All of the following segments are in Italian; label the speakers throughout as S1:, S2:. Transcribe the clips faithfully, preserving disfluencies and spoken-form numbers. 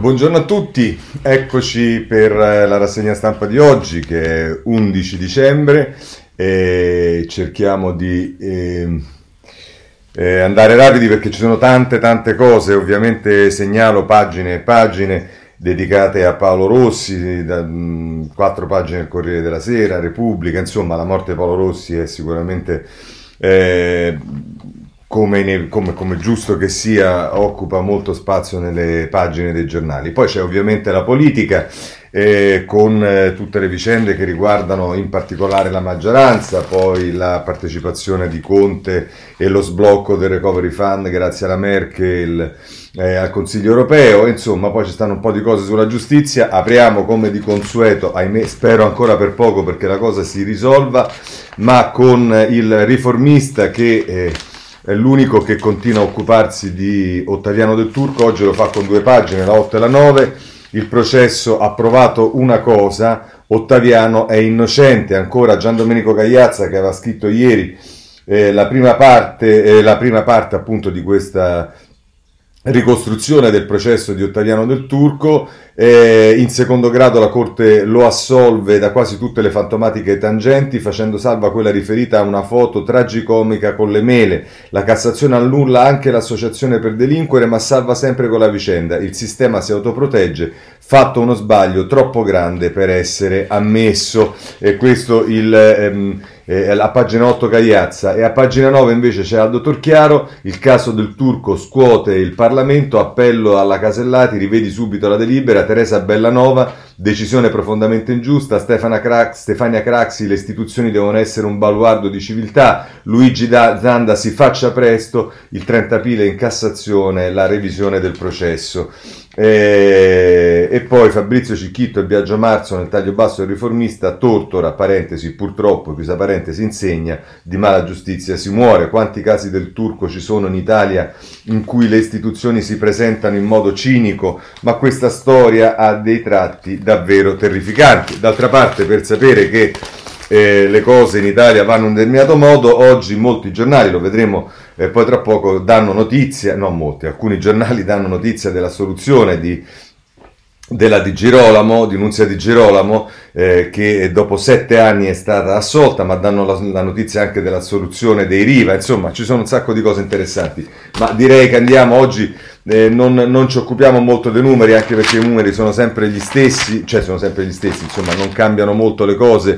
S1: Buongiorno a tutti, eccoci per la rassegna stampa di oggi che è undici dicembre e cerchiamo di eh, eh, andare rapidi perché ci sono tante tante cose. Ovviamente segnalo pagine e pagine dedicate a Paolo Rossi, da, mh, quattro pagine del Corriere della Sera, Repubblica, insomma la morte di Paolo Rossi è sicuramente... Eh, Come, come, come giusto che sia, occupa molto spazio nelle pagine dei giornali. Poi c'è ovviamente la politica, eh, con eh, tutte le vicende che riguardano in particolare la maggioranza, poi la partecipazione di Conte e lo sblocco del Recovery Fund grazie alla Merkel eh, al Consiglio europeo, insomma poi ci stanno un po' di cose sulla giustizia. Apriamo come di consueto, ahimè spero ancora per poco perché la cosa si risolva, ma con il riformista che... Eh, è l'unico che continua a occuparsi di Ottaviano Del Turco. Oggi lo fa con due pagine, la otto e la nove. Il processo ha provato una cosa: Ottaviano è innocente. Ancora Gian Domenico Cagliazza, che aveva scritto ieri eh, la prima parte eh, la prima parte appunto di questa ricostruzione del processo di Ottaviano Del Turco. Eh, in secondo grado la Corte lo assolve da quasi tutte le fantomatiche tangenti, facendo salva quella riferita a una foto tragicomica con le mele. La Cassazione annulla anche l'associazione per delinquere, ma salva sempre con la vicenda. Il sistema si autoprotegge, fatto uno sbaglio troppo grande per essere ammesso. E questo il... Ehm, a pagina otto Cagliazza. E a pagina nove invece c'è Aldo Torchiaro: il caso Del Turco scuote il Parlamento, appello alla Casellati, rivedi subito la delibera. Teresa Bellanova: decisione profondamente ingiusta. Stefania Craxi, Stefania Craxi: le istituzioni devono essere un baluardo di civiltà. Luigi Zanda: si faccia presto. Il trenta aprile in Cassazione la revisione del processo. E, e poi Fabrizio Cicchitto e Biagio Marzo nel taglio basso del Riformista: Tortora, parentesi, purtroppo, chiusa parentesi, insegna, di mala giustizia si muore. Quanti casi Del Turco ci sono in Italia in cui le istituzioni si presentano in modo cinico, ma questa storia ha dei tratti davvero terrificanti. D'altra parte, per sapere che eh, le cose in Italia vanno in un determinato modo, oggi molti giornali, lo vedremo e poi tra poco, danno notizia, non molti, alcuni giornali danno notizia dell'assoluzione di, della Di Girolamo, di Nunzia Di Girolamo, eh, che dopo sette anni è stata assolta, ma danno la, la notizia anche dell'assoluzione dei Riva. Insomma, ci sono un sacco di cose interessanti, ma direi che andiamo oggi, eh, non, non ci occupiamo molto dei numeri, anche perché i numeri sono sempre gli stessi, cioè sono sempre gli stessi, insomma non cambiano molto le cose.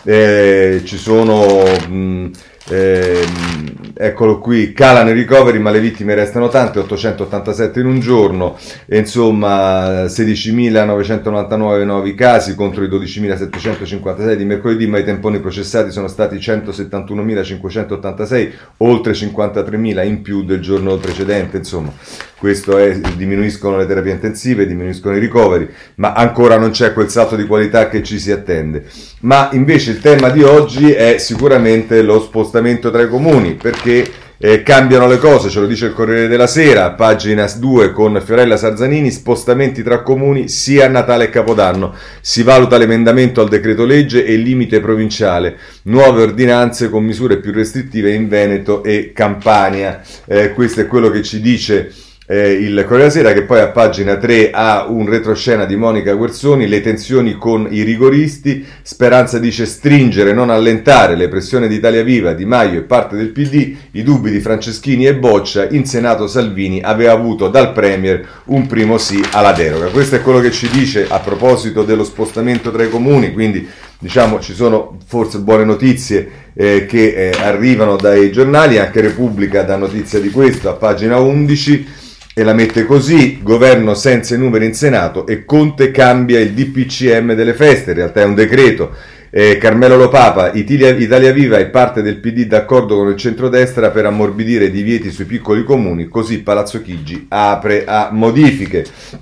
S1: Eh, ci sono... Mh, Eh, eccolo qui, calano i ricoveri ma le vittime restano tante, ottocentottantasette in un giorno, e insomma sedicimilanovantanove nuovi casi contro i dodicimilasettecentocinquantasei di mercoledì, ma i temponi processati sono stati centosettantunomilacinquecentottantasei, oltre cinquantatremila in più del giorno precedente. Insomma, questo è, diminuiscono le terapie intensive, diminuiscono i ricoveri, ma ancora non c'è quel salto di qualità che ci si attende. Ma invece il tema di oggi è sicuramente lo spostamento tra i comuni, perché eh, cambiano le cose, ce lo dice il Corriere della Sera, pagina due con Fiorella Sarzanini: spostamenti tra comuni sia a Natale e Capodanno, si valuta l'emendamento al decreto legge e il limite provinciale, nuove ordinanze con misure più restrittive in Veneto e Campania. Eh, questo è quello che ci dice Eh, il Corriere della Sera, che poi a pagina tre ha un retroscena di Monica Guerzoni: le tensioni con i rigoristi, Speranza dice stringere, non allentare, le pressioni di Italia Viva, Di Maio e parte del P D, i dubbi di Franceschini e Boccia, in Senato Salvini aveva avuto dal Premier un primo sì alla deroga. Questo è quello che ci dice a proposito dello spostamento tra i comuni, quindi diciamo ci sono forse buone notizie eh, che eh, arrivano dai giornali. Anche Repubblica dà notizia di questo a pagina undici e la mette così: governo senza i numeri in Senato e Conte cambia il D P C M delle feste, in realtà è un decreto. Eh, Carmelo Lopapa: Italia, Italia Viva e parte del P D d'accordo con il centrodestra per ammorbidire i divieti sui piccoli comuni, così Palazzo Chigi apre a modifiche.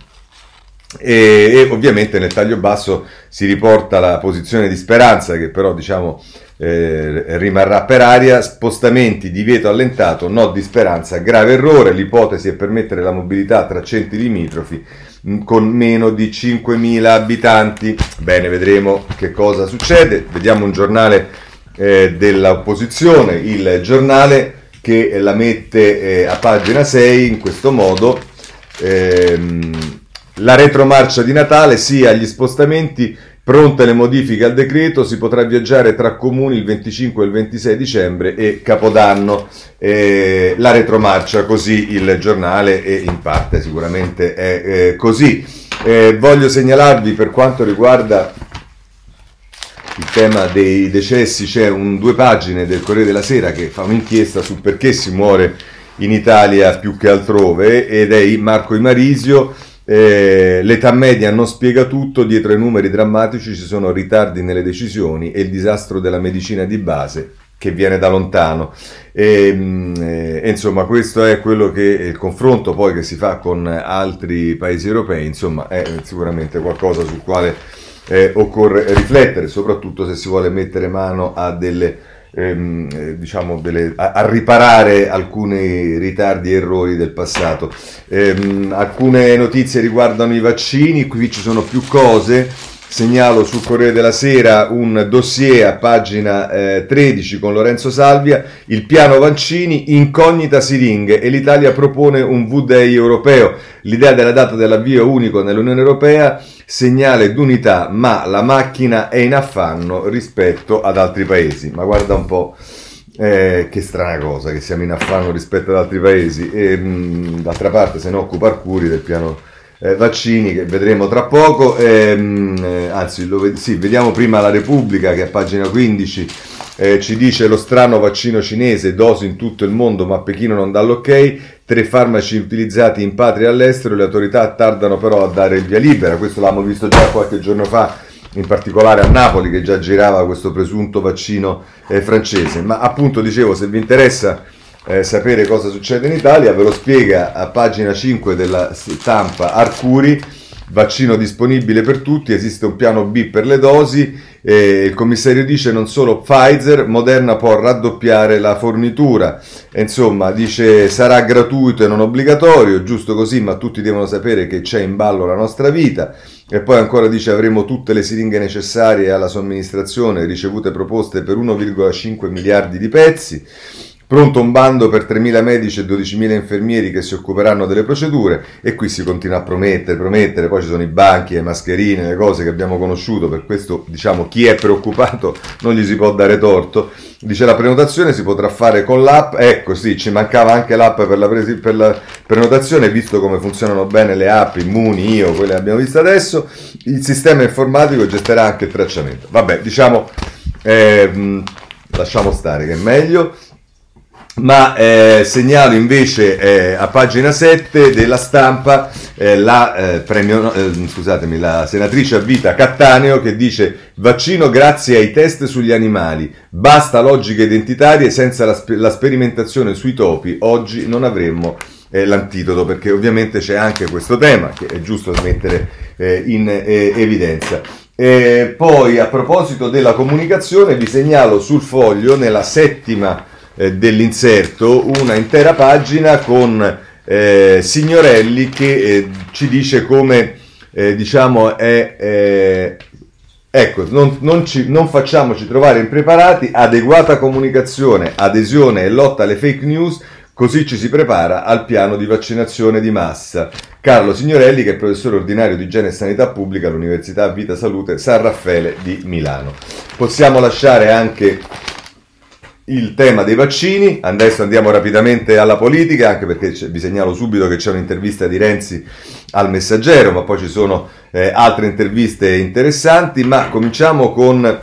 S1: E, e ovviamente nel taglio basso si riporta la posizione di Speranza, che però diciamo eh, rimarrà per aria: spostamenti, divieto allentato, no di Speranza, grave errore, l'ipotesi è permettere la mobilità tra centri limitrofi mh, con meno di cinquemila abitanti. Bene, vedremo che cosa succede. Vediamo un giornale eh, dell'opposizione, il Giornale, che la mette eh, a pagina sei in questo modo. ehm, la retromarcia di Natale, sia agli spostamenti, pronte le modifiche al decreto, si potrà viaggiare tra comuni il venticinque e il ventisei dicembre e Capodanno. Eh, la retromarcia, così il giornale, e in parte sicuramente è eh, così. Eh, voglio segnalarvi, per quanto riguarda il tema dei decessi, c'è un due pagine del Corriere della Sera che fa un'inchiesta su perché si muore in Italia più che altrove, ed è Marco Imarisio. Eh, l'età media non spiega tutto, dietro ai numeri drammatici ci sono ritardi nelle decisioni e il disastro della medicina di base che viene da lontano. E, eh, insomma, questo è quello che il confronto poi che si fa con altri paesi europei, insomma, è sicuramente qualcosa sul quale eh, occorre riflettere, soprattutto se si vuole mettere mano a delle Ehm, eh, diciamo delle, a, a riparare alcuni ritardi e errori del passato. Ehm, alcune notizie riguardano i vaccini, qui ci sono più cose. Segnalo sul Corriere della Sera un dossier a pagina eh, tredici con Lorenzo Salvia, il piano vaccini, incognita siringhe, e l'Italia propone un V-Day europeo. L'idea della data dell'avvio unico nell'Unione Europea, segnale d'unità, ma la macchina è in affanno rispetto ad altri paesi. Ma guarda un po', eh, che strana cosa che siamo in affanno rispetto ad altri paesi. E, mh, d'altra parte se ne occupa Arcuri del piano Eh, vaccini, che vedremo tra poco. ehm, eh, anzi lo, sì, vediamo prima la Repubblica, che a pagina quindici eh, ci dice: lo strano vaccino cinese, dosi in tutto il mondo ma Pechino non dà l'ok, tre farmaci utilizzati in patria e all'estero, le autorità tardano però a dare il via libera. Questo l'abbiamo visto già qualche giorno fa, in particolare a Napoli, che già girava questo presunto vaccino eh, francese. Ma appunto, dicevo, se vi interessa Eh, sapere cosa succede in Italia, ve lo spiega a pagina cinque della stampa Arcuri. Vaccino disponibile per tutti, esiste un piano B per le dosi, eh, il commissario dice non solo Pfizer, Moderna può raddoppiare la fornitura. E insomma, dice sarà gratuito e non obbligatorio, giusto così, ma tutti devono sapere che c'è in ballo la nostra vita. E poi ancora dice avremo tutte le siringhe necessarie alla somministrazione, ricevute proposte per uno virgola cinque miliardi di pezzi. Pronto un bando per tremila medici e dodicimila infermieri che si occuperanno delle procedure, e qui si continua a promettere, promettere, poi ci sono i banchi, le mascherine, le cose che abbiamo conosciuto, per questo diciamo chi è preoccupato non gli si può dare torto. Dice la prenotazione si potrà fare con l'app, ecco sì, ci mancava anche l'app per la, presi- per la prenotazione, visto come funzionano bene le app, Immuni, Io, quelle che abbiamo visto adesso, il sistema informatico gestirà anche il tracciamento. Vabbè, diciamo, eh, lasciamo stare che è meglio. Ma eh, segnalo invece eh, a pagina sette della Stampa eh, la, eh, premio, eh, scusatemi, la senatrice a vita Cattaneo, che dice vaccino grazie ai test sugli animali, basta logiche identitarie, senza la, spe- la sperimentazione sui topi oggi non avremmo eh, l'antidoto, perché ovviamente c'è anche questo tema che è giusto mettere eh, in eh, evidenza. E poi, a proposito della comunicazione, vi segnalo sul Foglio, nella settima dell'inserto, una intera pagina con eh, Signorelli che eh, ci dice come eh, diciamo è eh, ecco non, non, ci, non facciamoci trovare impreparati, adeguata comunicazione, adesione e lotta alle fake news, così ci si prepara al piano di vaccinazione di massa. Carlo Signorelli, che è professore ordinario di igiene e sanità pubblica all'Università Vita Salute San Raffaele di Milano. Possiamo lasciare anche il tema dei vaccini. Adesso andiamo rapidamente alla politica, anche perché vi segnalo subito che c'è un'intervista di Renzi al Messaggero, ma poi ci sono eh, altre interviste interessanti. Ma cominciamo con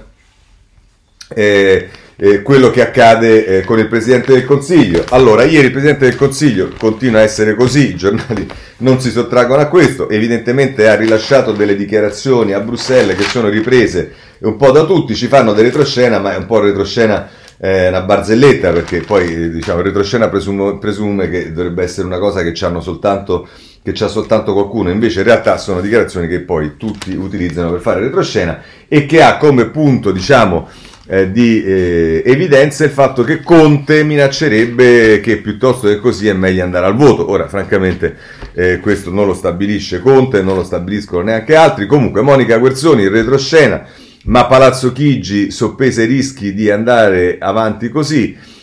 S1: eh, eh, quello che accade eh, con il Presidente del Consiglio. Allora, ieri il Presidente del Consiglio continua a essere così, i giornali non si sottraggono a questo, evidentemente ha rilasciato delle dichiarazioni a Bruxelles che sono riprese un po' da tutti, ci fanno del retroscena, ma è un po' retroscena, eh, una barzelletta, perché poi diciamo il retroscena presume, presume che dovrebbe essere una cosa che c'hanno soltanto che c'ha soltanto qualcuno, invece in realtà sono dichiarazioni che poi tutti utilizzano per fare retroscena, e che ha come punto, diciamo, eh, di eh, evidenza il fatto che Conte minaccerebbe che piuttosto che così è meglio andare al voto. Ora, francamente, eh, questo non lo stabilisce Conte, non lo stabiliscono neanche altri. Comunque, Monica Guerzoni in retroscena, ma Palazzo Chigi soppesa i rischi di andare avanti così.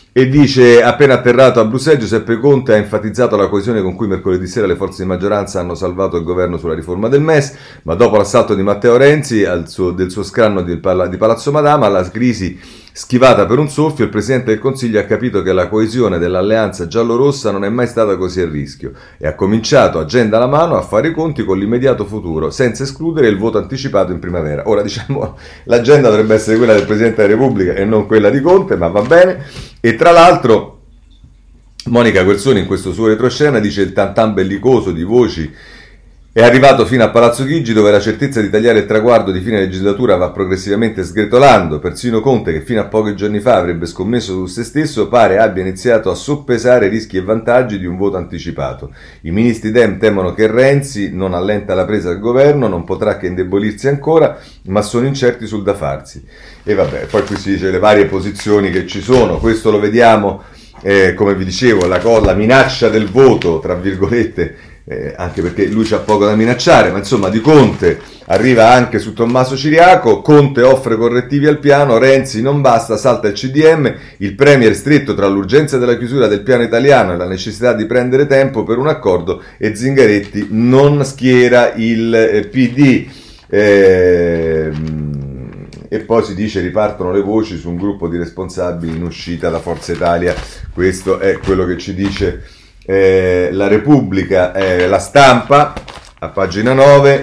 S1: E dice, appena atterrato a Bruxelles, Giuseppe Conte ha enfatizzato la coesione con cui mercoledì sera le forze di maggioranza hanno salvato il governo sulla riforma del M E S, ma dopo l'assalto di Matteo Renzi al suo, del suo scranno di, di Palazzo Madama, la crisi schivata per un soffio, il Presidente del Consiglio ha capito che la coesione dell'alleanza giallorossa non è mai stata così a rischio e ha cominciato, agenda alla mano, a fare i conti con l'immediato futuro, senza escludere il voto anticipato in primavera. Ora, diciamo, l'agenda dovrebbe essere quella del Presidente della Repubblica e non quella di Conte, ma va bene. E tra l'altro Monica Guerzoni in questo suo retroscena dice: il tantan bellicoso di voci è arrivato fino a Palazzo Chigi, dove la certezza di tagliare il traguardo di fine legislatura va progressivamente sgretolando. Persino Conte, che fino a pochi giorni fa avrebbe scommesso su se stesso, pare abbia iniziato a soppesare rischi e vantaggi di un voto anticipato. I ministri Dem temono che Renzi non allenta la presa al governo, non potrà che indebolirsi ancora, ma sono incerti sul da farsi. E vabbè, poi qui si dice le varie posizioni che ci sono. Questo lo vediamo, eh, come vi dicevo, la, la minaccia del voto, tra virgolette, Eh, anche perché lui c'ha poco da minacciare, ma insomma di Conte arriva anche su Tommaso Ciriaco. Conte offre correttivi al piano, Renzi non basta, salta il C D M, il Premier stretto tra l'urgenza della chiusura del piano italiano e la necessità di prendere tempo per un accordo, e Zingaretti non schiera il eh, P D. Eh, e poi si dice ripartono le voci su un gruppo di responsabili in uscita da Forza Italia. Questo è quello che ci dice Eh, la Repubblica. Eh, la Stampa a pagina nove,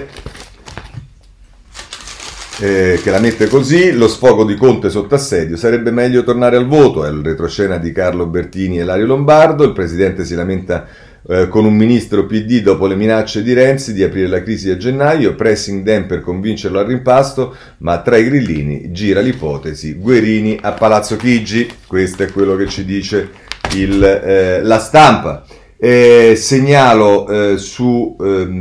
S1: eh, che la mette così: lo sfogo di Conte sotto assedio, sarebbe meglio tornare al voto. È il retroscena di Carlo Bertini e Lario Lombardo. Il presidente si lamenta eh, con un ministro P D dopo le minacce di Renzi di aprire la crisi a gennaio, pressing Dem per convincerlo al rimpasto, ma tra i grillini gira l'ipotesi Guerini a Palazzo Chigi. Questo è quello che ci dice il, eh, la Stampa. Eh, segnalo eh, su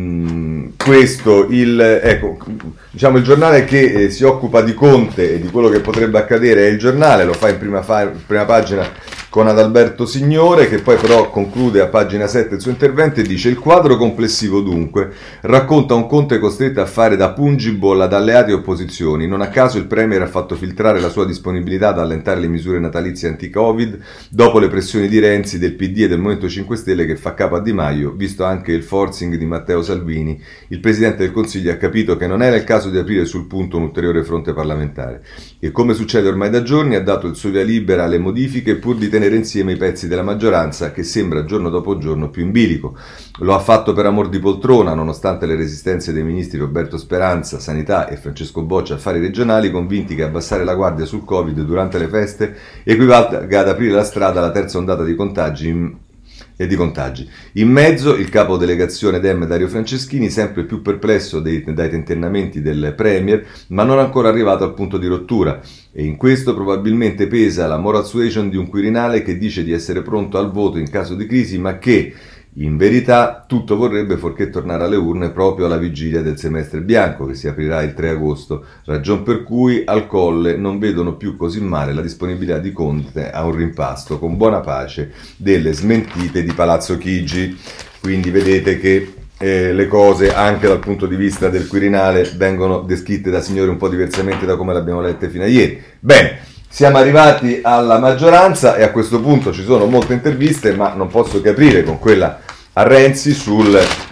S1: ehm, questo il, ecco, diciamo il giornale che eh, si occupa di Conte e di quello che potrebbe accadere è Il Giornale, lo fa in prima, fa- prima pagina con Adalberto Signore, che poi però conclude a pagina sette il suo intervento e dice: il quadro complessivo dunque racconta un Conte costretto a fare da pungibolla ad alleati e opposizioni. Non a caso il Premier ha fatto filtrare la sua disponibilità ad allentare le misure natalizie anti-Covid dopo le pressioni di Renzi, del P D e del Movimento cinque Stelle, che fa capo a Di Maio, visto anche il forcing di Matteo Salvini. Il Presidente del Consiglio ha capito che non era il caso di aprire sul punto un ulteriore fronte parlamentare e, come succede ormai da giorni, ha dato il suo via libera alle modifiche pur di tenere insieme i pezzi della maggioranza, che sembra giorno dopo giorno più in bilico. Lo ha fatto per amor di poltrona, nonostante le resistenze dei ministri Roberto Speranza, Sanità, e Francesco Boccia, Affari Regionali, convinti che abbassare la guardia sul Covid durante le feste equivalga ad aprire la strada alla terza ondata di contagi in e di contagi. In mezzo il capo delegazione Dem Dario Franceschini, sempre più perplesso dei, dai tentennamenti del Premier, ma non ancora arrivato al punto di rottura, e in questo probabilmente pesa la moral suasion di un Quirinale che dice di essere pronto al voto in caso di crisi, ma che in verità tutto vorrebbe fuorché tornare alle urne proprio alla vigilia del semestre bianco, che si aprirà il tre agosto, ragion per cui al Colle non vedono più così male la disponibilità di Conte a un rimpasto, con buona pace delle smentite di Palazzo Chigi. Quindi vedete che eh, le cose, anche dal punto di vista del Quirinale, vengono descritte da signori un po' diversamente da come le abbiamo lette fino a ieri. Bene, siamo arrivati alla maggioranza e a questo punto ci sono molte interviste, ma non posso che aprire con quella a Renzi sul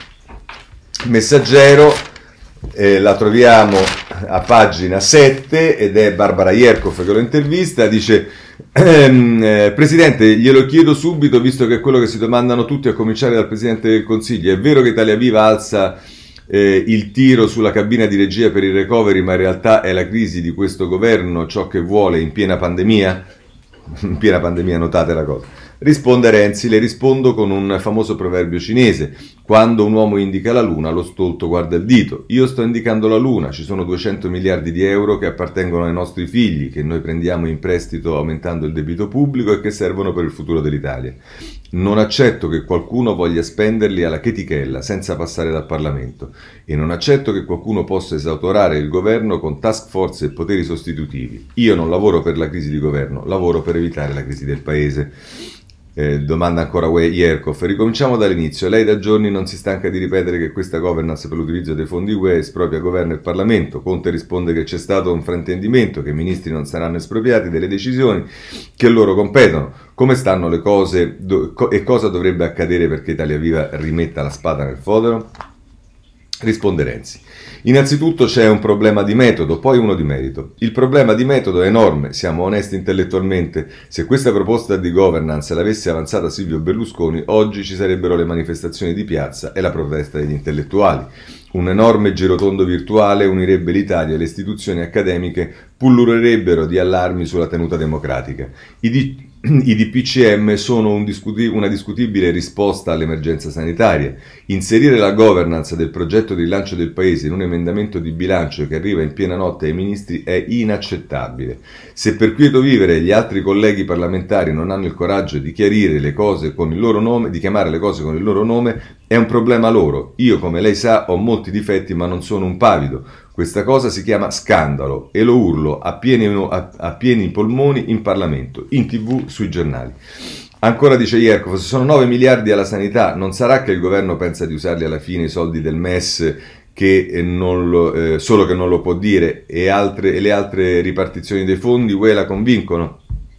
S1: Messaggero. Eh, la troviamo a pagina sette ed è Barbara Ierkov che lo intervista. Dice: ehm, eh, Presidente, glielo chiedo subito, visto che è quello che si domandano tutti, a cominciare dal Presidente del Consiglio. È vero che Italia Viva alza eh, il tiro sulla cabina di regia per il recovery, ma in realtà è la crisi di questo governo ciò che vuole in piena pandemia? In piena pandemia, notate la cosa. Risponde Renzi: le rispondo con un famoso proverbio cinese: quando un uomo indica la luna, lo stolto guarda il dito. Io sto indicando la luna, ci sono duecento miliardi di euro che appartengono ai nostri figli, che noi prendiamo in prestito aumentando il debito pubblico e che servono per il futuro dell'Italia. Non accetto che qualcuno voglia spenderli alla chetichella senza passare dal Parlamento, e non accetto che qualcuno possa esautorare il governo con task force e poteri sostitutivi. Io non lavoro per la crisi di governo, lavoro per evitare la crisi del paese. Eh, domanda ancora Jerkov. Ricominciamo dall'inizio. Lei da giorni non si stanca di ripetere che questa governance per l'utilizzo dei fondi U E espropria governo e Parlamento. Conte risponde che c'è stato un fraintendimento, che i ministri non saranno espropriati delle decisioni che loro competono. Come stanno le cose do- co- e cosa dovrebbe accadere perché Italia Viva rimetta la spada nel fodero? Risponde Renzi. Innanzitutto c'è un problema di metodo, poi uno di merito. Il problema di metodo è enorme, siamo onesti intellettualmente. Se questa proposta di governance l'avesse avanzata Silvio Berlusconi, oggi ci sarebbero le manifestazioni di piazza e la protesta degli intellettuali. Un enorme girotondo virtuale unirebbe l'Italia e le istituzioni accademiche pullurerebbero di allarmi sulla tenuta democratica. I, D- I D P C M sono un discuti- una discutibile risposta all'emergenza sanitaria. Inserire la governance del progetto di rilancio del Paese in un emendamento di bilancio che arriva in piena notte ai ministri è inaccettabile. Se per quieto vivere gli altri colleghi parlamentari non hanno il coraggio di chiarire le cose con il loro nome, di chiamare le cose con il loro nome, è un problema loro. Io, come lei sa, ho molti difetti ma non sono un pavido. Questa cosa si chiama scandalo e lo urlo a pieni, a, a pieni polmoni in Parlamento, in tv, sui giornali. Ancora dice Jerkov, se sono nove miliardi alla sanità, non sarà che il governo pensa di usarli alla fine i soldi del M E S che non lo, eh, solo che non lo può dire e, altre, e le altre ripartizioni dei fondi U E la convincono?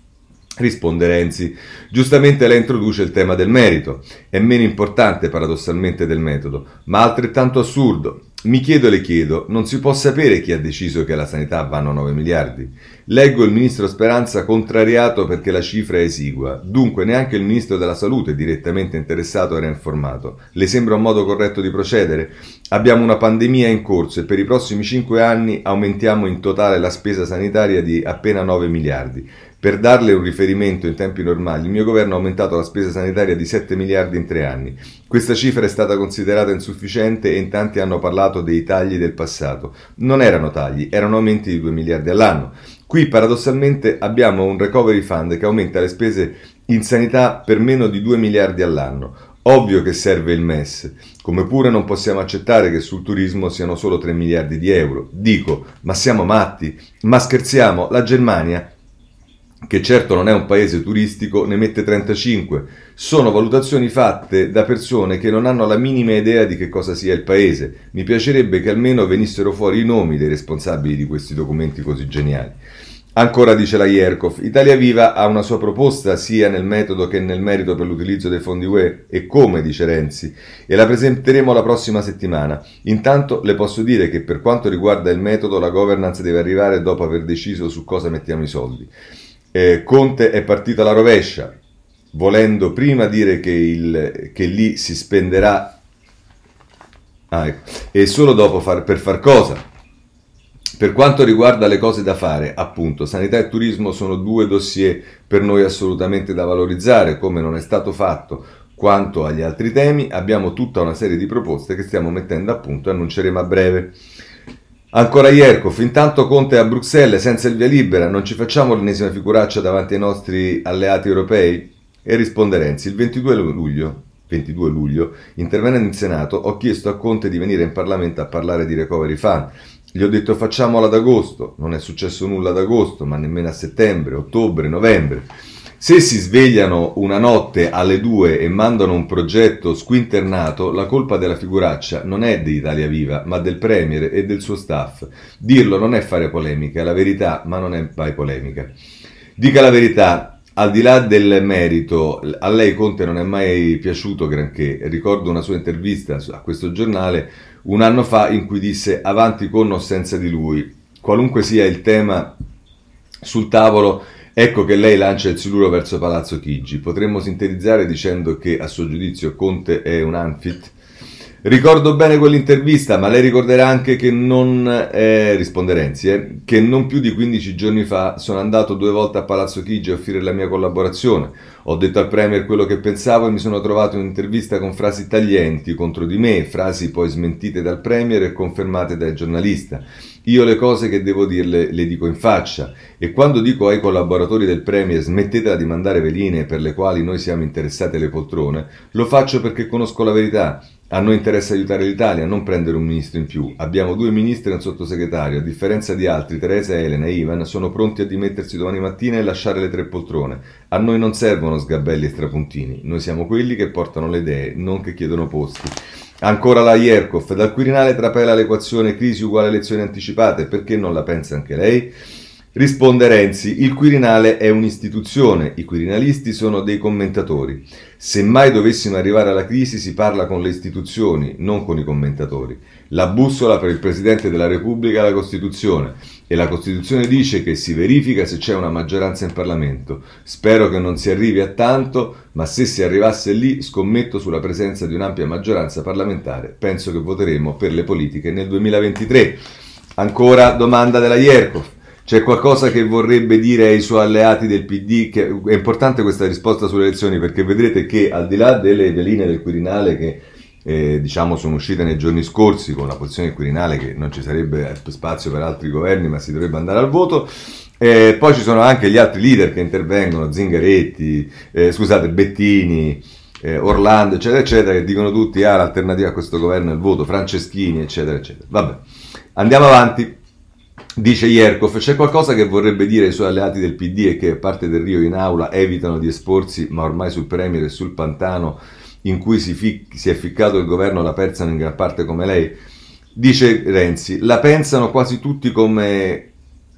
S1: Risponde Renzi. Giustamente lei introduce il tema del merito. È meno importante paradossalmente del metodo, ma altrettanto assurdo. Mi chiedo e le chiedo, non si può sapere chi ha deciso che alla sanità vanno nove miliardi? Leggo il ministro Speranza contrariato perché la cifra è esigua, dunque neanche il ministro della salute direttamente interessato era informato. Le sembra un modo corretto di procedere? Abbiamo una pandemia in corso e per i prossimi cinque anni aumentiamo in totale la spesa sanitaria di appena nove miliardi. Per darle un riferimento in tempi normali, il mio governo ha aumentato la spesa sanitaria di sette miliardi in tre anni. Questa cifra è stata considerata insufficiente e in tanti hanno parlato dei tagli del passato. Non erano tagli, erano aumenti di due miliardi all'anno. Qui paradossalmente abbiamo un recovery fund che aumenta le spese in sanità per meno di due miliardi all'anno. Ovvio che serve il M E S, come pure non possiamo accettare che sul turismo siano solo tre miliardi di euro. Dico, ma siamo matti? Ma scherziamo? La Germania, che certo non è un paese turistico, ne mette trentacinque. Sono valutazioni fatte da persone che non hanno la minima idea di che cosa sia il paese. Mi piacerebbe che almeno venissero fuori i nomi dei responsabili di questi documenti così geniali. Ancora dice la Jerkov, Italia Viva ha una sua proposta sia nel metodo che nel merito per l'utilizzo dei fondi U E e come, dice Renzi, e la presenteremo la prossima settimana. Intanto le posso dire che per quanto riguarda il metodo la governance deve arrivare dopo aver deciso su cosa mettiamo i soldi. Eh, Conte è partito alla rovescia, volendo prima dire che, il, che lì si spenderà ah, ecco. e solo dopo far, per far cosa? Per quanto riguarda le cose da fare, appunto, sanità e turismo sono due dossier per noi assolutamente da valorizzare, come non è stato fatto. Quanto agli altri temi, abbiamo tutta una serie di proposte che stiamo mettendo a punto e annunceremo a breve. Ancora Jerkov, intanto Conte a Bruxelles senza il via libera, non ci facciamo l'ennesima figuraccia davanti ai nostri alleati europei? E risponde Renzi, il ventidue luglio, ventidue luglio, intervenendo in Senato, ho chiesto a Conte di venire in Parlamento a parlare di Recovery Fund. Gli ho detto facciamola ad agosto, non è successo nulla ad agosto, ma nemmeno a settembre, ottobre, novembre. Se si svegliano una notte alle due e mandano un progetto squinternato, la colpa della figuraccia non è di Italia Viva, ma del Premier e del suo staff. Dirlo non è fare polemica, è la verità, ma non è mai polemica. Dica la verità, al di là del merito, a lei Conte non è mai piaciuto granché. Ricordo una sua intervista a questo giornale un anno fa in cui disse avanti con o senza di lui. Qualunque sia il tema sul tavolo, ecco che lei lancia il siluro verso Palazzo Chigi. Potremmo sintetizzare dicendo che a suo giudizio Conte è un unfit? Ricordo bene quell'intervista, ma lei ricorderà anche che non, eh, risponde Renzi, eh, che non più di quindici giorni fa sono andato due volte a Palazzo Chigi a offrire la mia collaborazione. Ho detto al Premier quello che pensavo e mi sono trovato in un'intervista con frasi taglienti contro di me, frasi poi smentite dal Premier e confermate dal giornalista. Io le cose che devo dirle le dico in faccia e quando dico ai collaboratori del Premier smettetela di mandare veline per le quali noi siamo interessati alle poltrone, lo faccio perché conosco la verità. A noi interessa aiutare l'Italia, non prendere un ministro in più. Abbiamo due ministri e un sottosegretario. A differenza di altri, Teresa, Elena e Ivan sono pronti a dimettersi domani mattina e lasciare le tre poltrone. A noi non servono sgabelli e strapuntini. Noi siamo quelli che portano le idee, non che chiedono posti. Ancora la Ierkov. Dal Quirinale trapela l'equazione crisi uguale elezioni anticipate. Perché non la pensa anche lei? Risponde Renzi, il Quirinale è un'istituzione, i quirinalisti sono dei commentatori. Se mai dovessimo arrivare alla crisi si parla con le istituzioni, non con i commentatori. La bussola per il Presidente della Repubblica è la Costituzione e la Costituzione dice che si verifica se c'è una maggioranza in Parlamento. Spero che non si arrivi a tanto, ma se si arrivasse lì scommetto sulla presenza di un'ampia maggioranza parlamentare. Penso che voteremo per le politiche nel duemilaventitré. Ancora domanda della Ierkov. C'è qualcosa che vorrebbe dire ai suoi alleati del P D? Che è importante questa risposta sulle elezioni perché vedrete che al di là delle veline del Quirinale che eh, diciamo sono uscite nei giorni scorsi con la posizione del Quirinale che non ci sarebbe spazio per altri governi ma si dovrebbe andare al voto, eh, poi ci sono anche gli altri leader che intervengono, Zingaretti, eh, scusate, Bettini, eh, Orlando eccetera eccetera, che dicono tutti ah l'alternativa a questo governo è il voto, Franceschini eccetera eccetera. Vabbè, andiamo avanti. Dice Ierkov, c'è qualcosa che vorrebbe dire ai suoi alleati del P D e che a parte Del Rio in aula evitano di esporsi, ma ormai sul Premier e sul pantano in cui si, fic- si è ficcato il governo la pensano in gran parte come lei? Dice Renzi, la pensano quasi tutti come,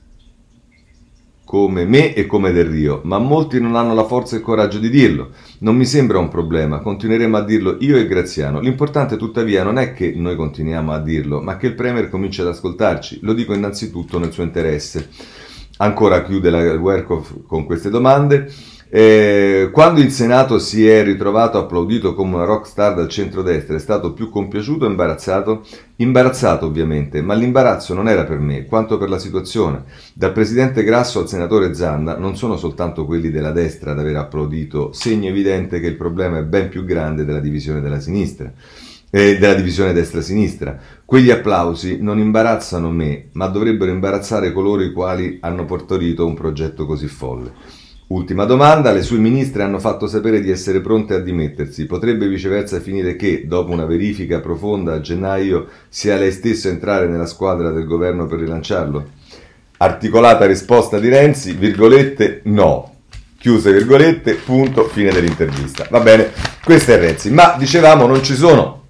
S1: come me e come Del Rio, ma molti non hanno la forza e il coraggio di dirlo. Non mi sembra un problema, continueremo a dirlo io e Graziano. L'importante tuttavia non è che noi continuiamo a dirlo, ma che il Premier cominci ad ascoltarci. Lo dico innanzitutto nel suo interesse. Ancora chiude la Ierkov con queste domande. Eh, quando il Senato si è ritrovato applaudito come una rockstar dal centrodestra, è stato più compiaciuto o imbarazzato? Imbarazzato ovviamente, ma l'imbarazzo non era per me, quanto per la situazione. Dal presidente Grasso al senatore Zanda non sono soltanto quelli della destra ad aver applaudito, segno evidente che il problema è ben più grande della divisione della sinistra. Eh, della divisione destra-sinistra. Quegli applausi non imbarazzano me, ma dovrebbero imbarazzare coloro i quali hanno partorito un progetto così folle. Ultima domanda, le sue ministre hanno fatto sapere di essere pronte a dimettersi. Potrebbe viceversa finire che, dopo una verifica profonda a gennaio, sia lei stesso a entrare nella squadra del governo per rilanciarlo? Articolata risposta di Renzi, virgolette, no. Chiuse virgolette, punto, fine dell'intervista. Va bene, questo è Renzi. Ma dicevamo, non ci sono,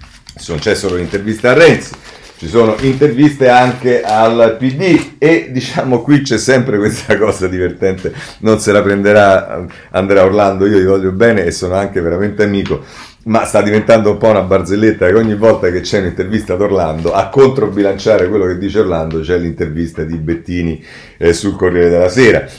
S1: non c'è solo l'intervista a Renzi. Ci sono interviste anche al P D e diciamo qui c'è sempre questa cosa divertente, non se la prenderà Andrea Orlando, io gli voglio bene e sono anche veramente amico, ma sta diventando un po' una barzelletta che ogni volta che c'è un'intervista ad Orlando, a controbilanciare quello che dice Orlando, c'è l'intervista di Bettini eh, sul Corriere della Sera.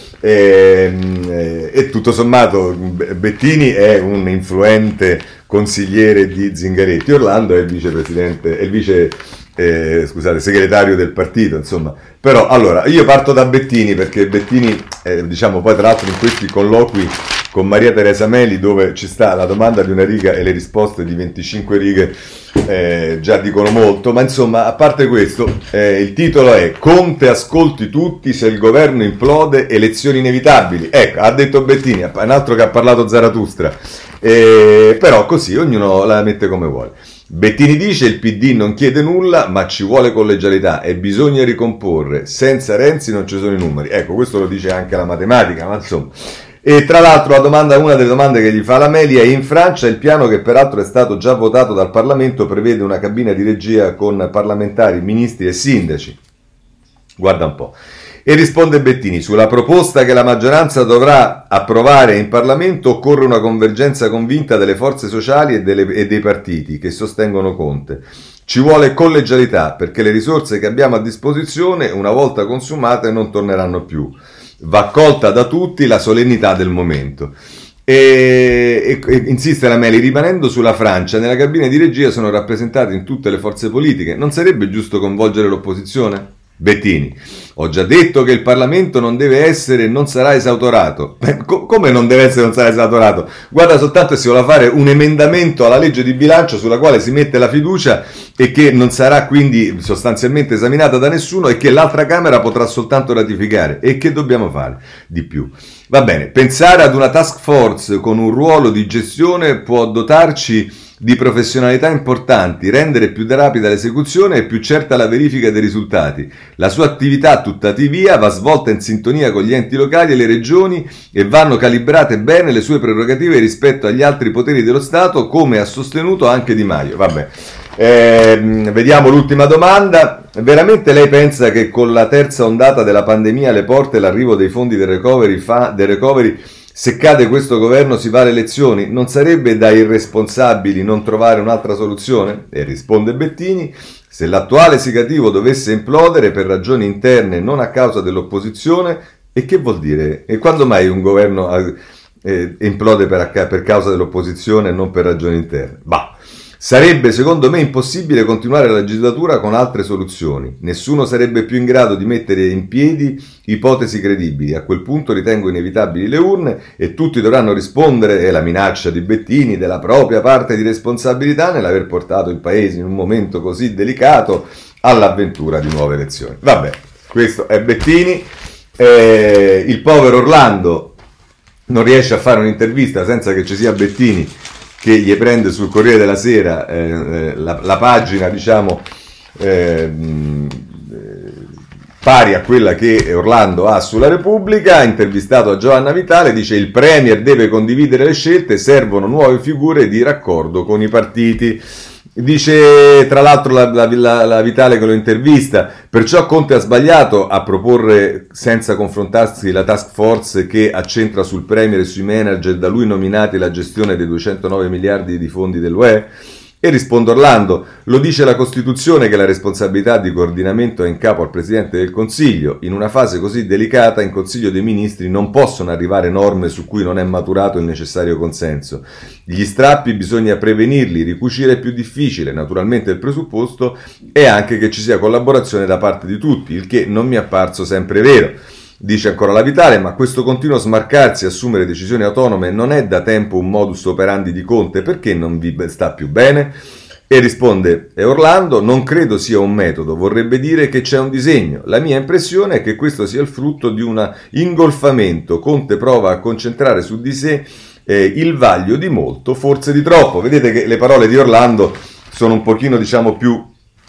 S1: E, e, e tutto sommato Bettini è un influente consigliere di Zingaretti, Orlando è il vicepresidente, è il vice Eh, scusate, segretario del partito, insomma. Però, allora, io parto da Bettini, perché Bettini, eh, diciamo, poi tra l'altro in questi colloqui con Maria Teresa Meli, dove ci sta la domanda di una riga e le risposte di venticinque righe, eh, già dicono molto, ma insomma, a parte questo, eh, il titolo è Conte ascolti tutti, se il governo implode, elezioni inevitabili. Ecco, ha detto Bettini, un altro che ha parlato Zarathustra, eh, però così, ognuno la mette come vuole. Bettini dice il P D non chiede nulla ma ci vuole collegialità e bisogna ricomporre, senza Renzi non ci sono i numeri. Ecco, questo lo dice anche la matematica, ma insomma. E tra l'altro la domanda, una delle domande che gli fa la Meli è: in Francia il piano, che peraltro è stato già votato dal Parlamento, prevede una cabina di regia con parlamentari, ministri e sindaci. Guarda un po'. E risponde Bettini, sulla proposta che la maggioranza dovrà approvare in Parlamento occorre una convergenza convinta delle forze sociali e, delle, e dei partiti che sostengono Conte. Ci vuole collegialità perché le risorse che abbiamo a disposizione, una volta consumate, non torneranno più. Va colta da tutti la solennità del momento. E, e, e insiste la Meli, rimanendo sulla Francia, nella cabina di regia sono rappresentati in tutte le forze politiche. Non sarebbe giusto coinvolgere l'opposizione? Bettini, ho già detto che il Parlamento non deve essere e non sarà esautorato. Co- come non deve essere e non sarà esautorato? Guarda soltanto se si vuole fare un emendamento alla legge di bilancio sulla quale si mette la fiducia e che non sarà quindi sostanzialmente esaminata da nessuno e che l'altra Camera potrà soltanto ratificare. E che dobbiamo fare di più? Va bene, pensare ad una task force con un ruolo di gestione può dotarci di professionalità importanti, rendere più rapida l'esecuzione e più certa la verifica dei risultati. La sua attività, tuttavia, va svolta in sintonia con gli enti locali e le regioni e vanno calibrate bene le sue prerogative rispetto agli altri poteri dello Stato, come ha sostenuto anche Di Maio. Vabbè. Eh, vediamo l'ultima domanda. Veramente lei pensa che con la terza ondata della pandemia alle porte l'arrivo dei fondi del recovery, fa, del recovery se cade questo governo si va alle elezioni? Non sarebbe da irresponsabili non trovare un'altra soluzione? E risponde Bettini: se l'attuale esecutivo dovesse implodere per ragioni interne non a causa dell'opposizione, e che vuol dire? E quando mai un governo eh, implode per, per causa dell'opposizione e non per ragioni interne? Bah. Sarebbe secondo me impossibile continuare la legislatura con altre soluzioni. Nessuno sarebbe più in grado di mettere in piedi ipotesi credibili. A quel punto ritengo inevitabili le urne e tutti dovranno rispondere, è la minaccia di Bettini, della propria parte di responsabilità nell'aver portato il paese in un momento così delicato all'avventura di nuove elezioni. Vabbè, questo è Bettini. Eh, il povero Orlando non riesce a fare un'intervista senza che ci sia Bettini che gli prende sul Corriere della Sera eh, la, la pagina, diciamo, eh, pari a quella che Orlando ha sulla Repubblica. Intervistato a Giovanna Vitale, dice: il Premier deve condividere le scelte, servono nuove figure di raccordo con i partiti. Dice tra l'altro la, la, la, la Vitale che lo intervista: perciò Conte ha sbagliato a proporre senza confrontarsi la task force che accentra sul Premier e sui manager da lui nominati la gestione dei duecentonove miliardi di fondi dell'U E? E risponde Orlando: lo dice la Costituzione che la responsabilità di coordinamento è in capo al Presidente del Consiglio. In una fase così delicata in Consiglio dei Ministri non possono arrivare norme su cui non è maturato il necessario consenso. Gli strappi bisogna prevenirli, ricucire è più difficile. Naturalmente il presupposto è anche che ci sia collaborazione da parte di tutti, il che non mi è apparso sempre vero. Dice ancora la Vitale: ma questo continuo smarcarsi e assumere decisioni autonome non è da tempo un modus operandi di Conte, perché non vi sta più bene? E risponde e Orlando: non credo sia un metodo, vorrebbe dire che c'è un disegno. La mia impressione è che questo sia il frutto di un ingolfamento. Conte prova a concentrare su di sé eh, il vaglio di molto, forse di troppo. Vedete che le parole di Orlando sono un pochino, diciamo, più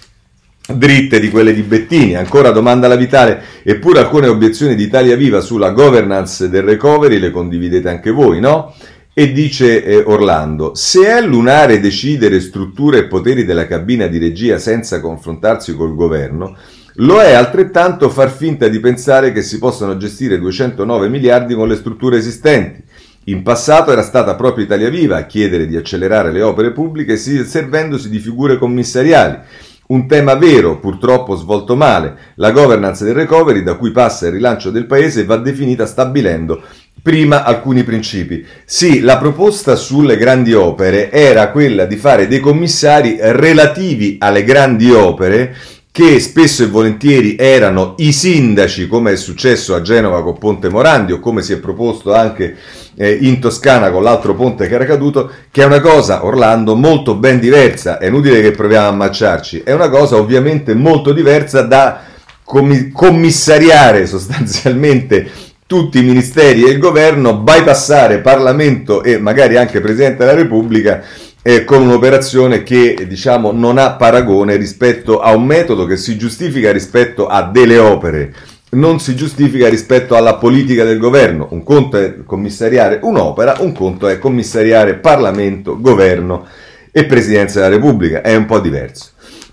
S1: dritte di quelle di Bettini. Ancora domanda la Vitale: eppure alcune obiezioni di Italia Viva sulla governance del recovery le condividete anche voi, no? E dice eh, Orlando: se è lunare decidere strutture e poteri della cabina di regia senza confrontarsi col governo, lo è altrettanto far finta di pensare che si possano gestire duecentonove miliardi con le strutture esistenti. In passato era stata proprio Italia Viva a chiedere di accelerare le opere pubbliche servendosi di figure commissariali. Un tema vero, purtroppo svolto male. La governance del recovery, da cui passa il rilancio del paese, va definita stabilendo prima alcuni principi. Sì, la proposta sulle grandi opere era quella di fare dei commissari relativi alle grandi opere, che spesso e volentieri erano i sindaci, come è successo a Genova con Ponte Morandi o come si è proposto anche eh, in Toscana con l'altro ponte che era caduto, che è una cosa, Orlando, molto ben diversa. È inutile che proviamo a ammacciarci, è una cosa ovviamente molto diversa da com- commissariare sostanzialmente tutti i ministeri e il governo, bypassare Parlamento e magari anche Presidente della Repubblica eh, con un'operazione che, diciamo, non ha paragone rispetto a un metodo che si giustifica rispetto a delle opere, non si giustifica rispetto alla politica del governo. Un conto è commissariare un'opera, un conto è commissariare Parlamento, governo e Presidenza della Repubblica, è un po' diverso.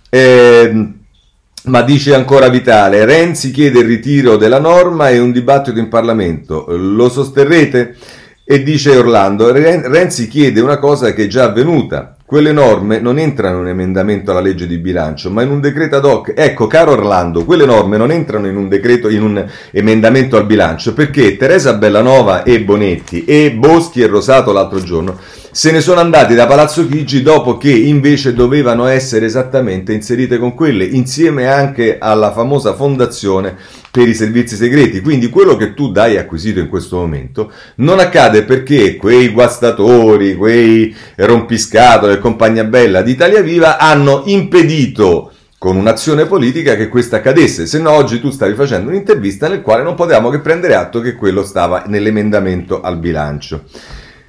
S1: Eh, Ma dice ancora Vitale: Renzi chiede il ritiro della norma e un dibattito in Parlamento, lo sosterrete? E dice Orlando: Renzi chiede una cosa che è già avvenuta, quelle norme non entrano in un emendamento alla legge di bilancio ma in un decreto ad hoc. Ecco, caro Orlando, quelle norme non entrano in un decreto, in un emendamento al bilancio, perché Teresa Bellanova e Bonetti e Boschi e Rosato l'altro giorno se ne sono andati da Palazzo Chigi dopo che invece dovevano essere esattamente inserite con quelle, insieme anche alla famosa fondazione per i servizi segreti. Quindi quello che tu dai acquisito in questo momento non accade perché quei guastatori, quei rompiscatole e compagnia bella di Italia Viva hanno impedito con un'azione politica che questa accadesse, se no oggi tu stavi facendo un'intervista nel quale non potevamo che prendere atto che quello stava nell'emendamento al bilancio.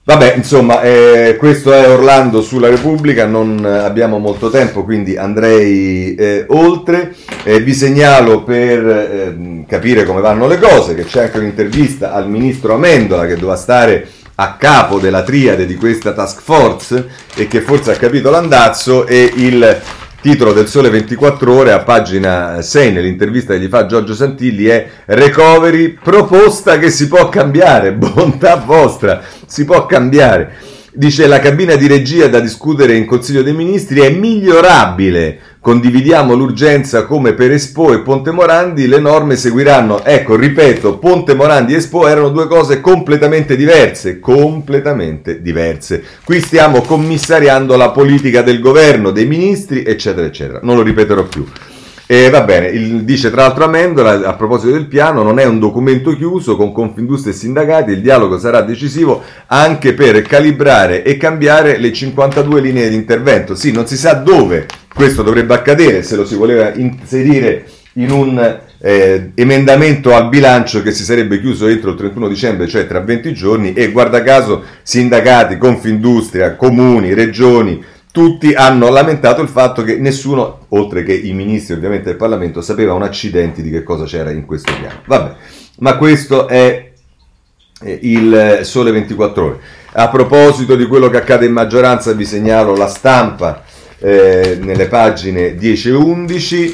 S1: Vabbè, insomma, eh, questo è Orlando sulla Repubblica, non abbiamo molto tempo, quindi andrei eh, oltre. Eh, vi segnalo per eh, capire come vanno le cose che c'è anche un'intervista al ministro Amendola, che doveva stare a capo della triade di questa task force e che forse ha capito l'andazzo, e il titolo del Sole ventiquattro Ore a pagina sei nell'intervista che gli fa Giorgio Santilli è "Recovery, proposta che si può cambiare, bontà vostra, si può cambiare". Dice: la cabina di regia da discutere in Consiglio dei Ministri è migliorabile, condividiamo l'urgenza come per Expo e Ponte Morandi, le norme seguiranno. Ecco, ripeto, Ponte Morandi e Expo erano due cose completamente diverse, completamente diverse. Qui stiamo commissariando la politica del governo, dei ministri, eccetera, eccetera. Non lo ripeterò più. E va bene, il, dice tra l'altro Amendola, a proposito del piano, non è un documento chiuso con Confindustria e sindacati, il dialogo sarà decisivo anche per calibrare e cambiare le cinquantadue linee di intervento. Sì, non si sa dove questo dovrebbe accadere, se lo si voleva inserire in un eh, emendamento al bilancio che si sarebbe chiuso entro il trentuno dicembre, cioè tra venti giorni, e guarda caso sindacati, Confindustria, comuni, regioni, tutti hanno lamentato il fatto che nessuno, oltre che i ministri ovviamente del Parlamento, sapeva un accidenti di che cosa c'era in questo piano. Vabbè, ma questo è il Sole ventiquattro Ore. A proposito di quello che accade in maggioranza, vi segnalo La Stampa eh, nelle pagine dieci e undici.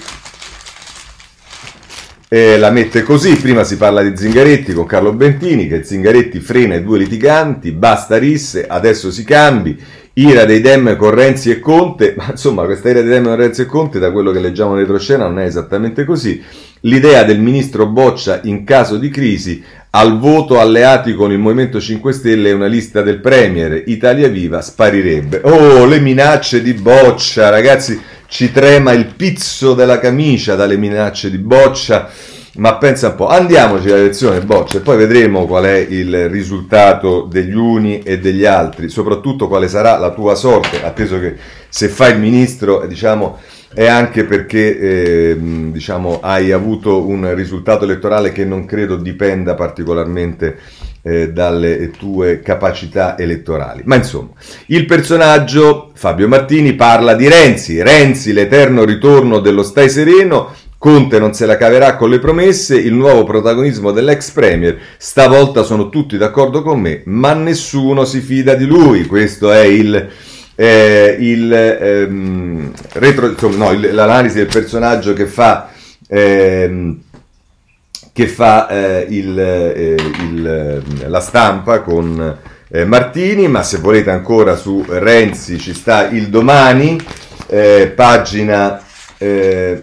S1: Eh, la mette così: prima si parla di Zingaretti con Carlo Bentini, che Zingaretti frena i due litiganti, basta risse, adesso si cambi. Ira dei Dem con Renzi e Conte, ma insomma questa ira dei Dem con Renzi e Conte, da quello che leggiamo in retroscena, non è esattamente così. L'idea del ministro Boccia in caso di crisi, al voto alleati con il Movimento cinque Stelle e una lista del Premier, Italia Viva sparirebbe. Oh, le minacce di Boccia, ragazzi, ci trema il pizzo della camicia dalle minacce di Boccia. Ma pensa un po', andiamoci alla lezione Boccia e poi vedremo qual è il risultato degli uni e degli altri, soprattutto quale sarà la tua sorte, atteso che se fai il ministro, diciamo, è anche perché eh, diciamo, hai avuto un risultato elettorale che non credo dipenda particolarmente eh, dalle tue capacità elettorali. Ma insomma, il personaggio Fabio Martini parla di Renzi, Renzi l'eterno ritorno dello stai sereno, Conte non se la caverà con le promesse, il nuovo protagonismo dell'ex premier, stavolta sono tutti d'accordo con me, ma nessuno si fida di lui. Questo è il, eh, il ehm, retro, insomma, no, il, l'analisi del personaggio che fa, ehm, che fa eh, il, eh, il, la Stampa con eh, Martini. Ma se volete ancora su Renzi ci sta il Domani, eh, pagina... Eh,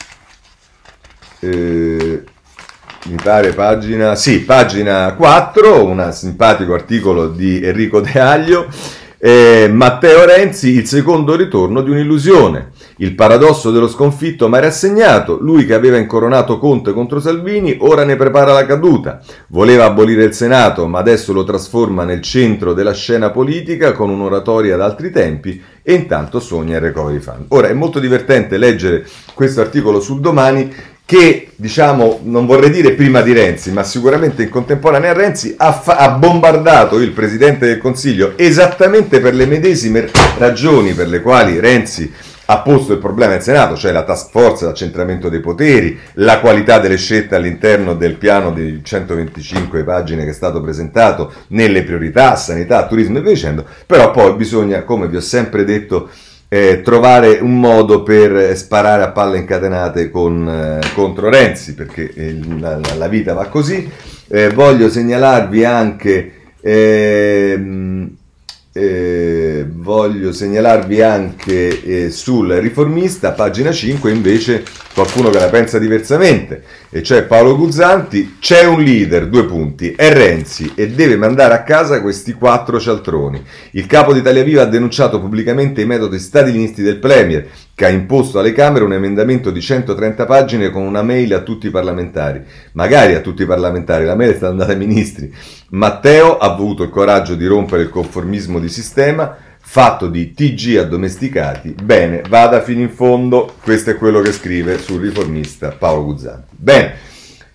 S1: Eh, mi pare pagina sì, pagina quattro, un simpatico articolo di Enrico De Aglio. eh, Matteo Renzi, il secondo ritorno di un'illusione, il paradosso dello sconfitto ma rassegnato, lui che aveva incoronato Conte contro Salvini ora ne prepara la caduta, voleva abolire il Senato ma adesso lo trasforma nel centro della scena politica con un'oratoria ad altri tempi e intanto sogna il recovery fund. Ora è molto divertente leggere questo articolo sul Domani, che, diciamo, non vorrei dire prima di Renzi, ma sicuramente in contemporanea a Renzi, ha, fa- ha bombardato il Presidente del Consiglio esattamente per le medesime ragioni per le quali Renzi ha posto il problema del Senato, cioè la task force, l'accentramento dei poteri, la qualità delle scelte all'interno del piano di centoventicinque pagine che è stato presentato, nelle priorità, sanità, turismo e via dicendo. Però poi bisogna, come vi ho sempre detto, Eh, trovare un modo per sparare a palle incatenate con, eh, contro Renzi, perché eh, la, la vita va così. Eh, voglio segnalarvi anche ehm, eh, voglio segnalarvi anche eh, sul Riformista, pagina cinque, invece qualcuno che la pensa diversamente, e cioè Paolo Guzzanti: c'è un leader, due punti, è Renzi e deve mandare a casa questi quattro cialtroni. Il capo di Italia Viva ha denunciato pubblicamente i metodi stalinisti del Premier, che ha imposto alle Camere un emendamento di centotrenta pagine con una mail a tutti i parlamentari. Magari a tutti i parlamentari, la mail è stata andata ai ministri. Matteo ha avuto il coraggio di rompere il conformismo di sistema, fatto di T G addomesticati. Bene, vada fino in fondo. Questo è quello che scrive sul Riformista Paolo Guzzanti. Bene,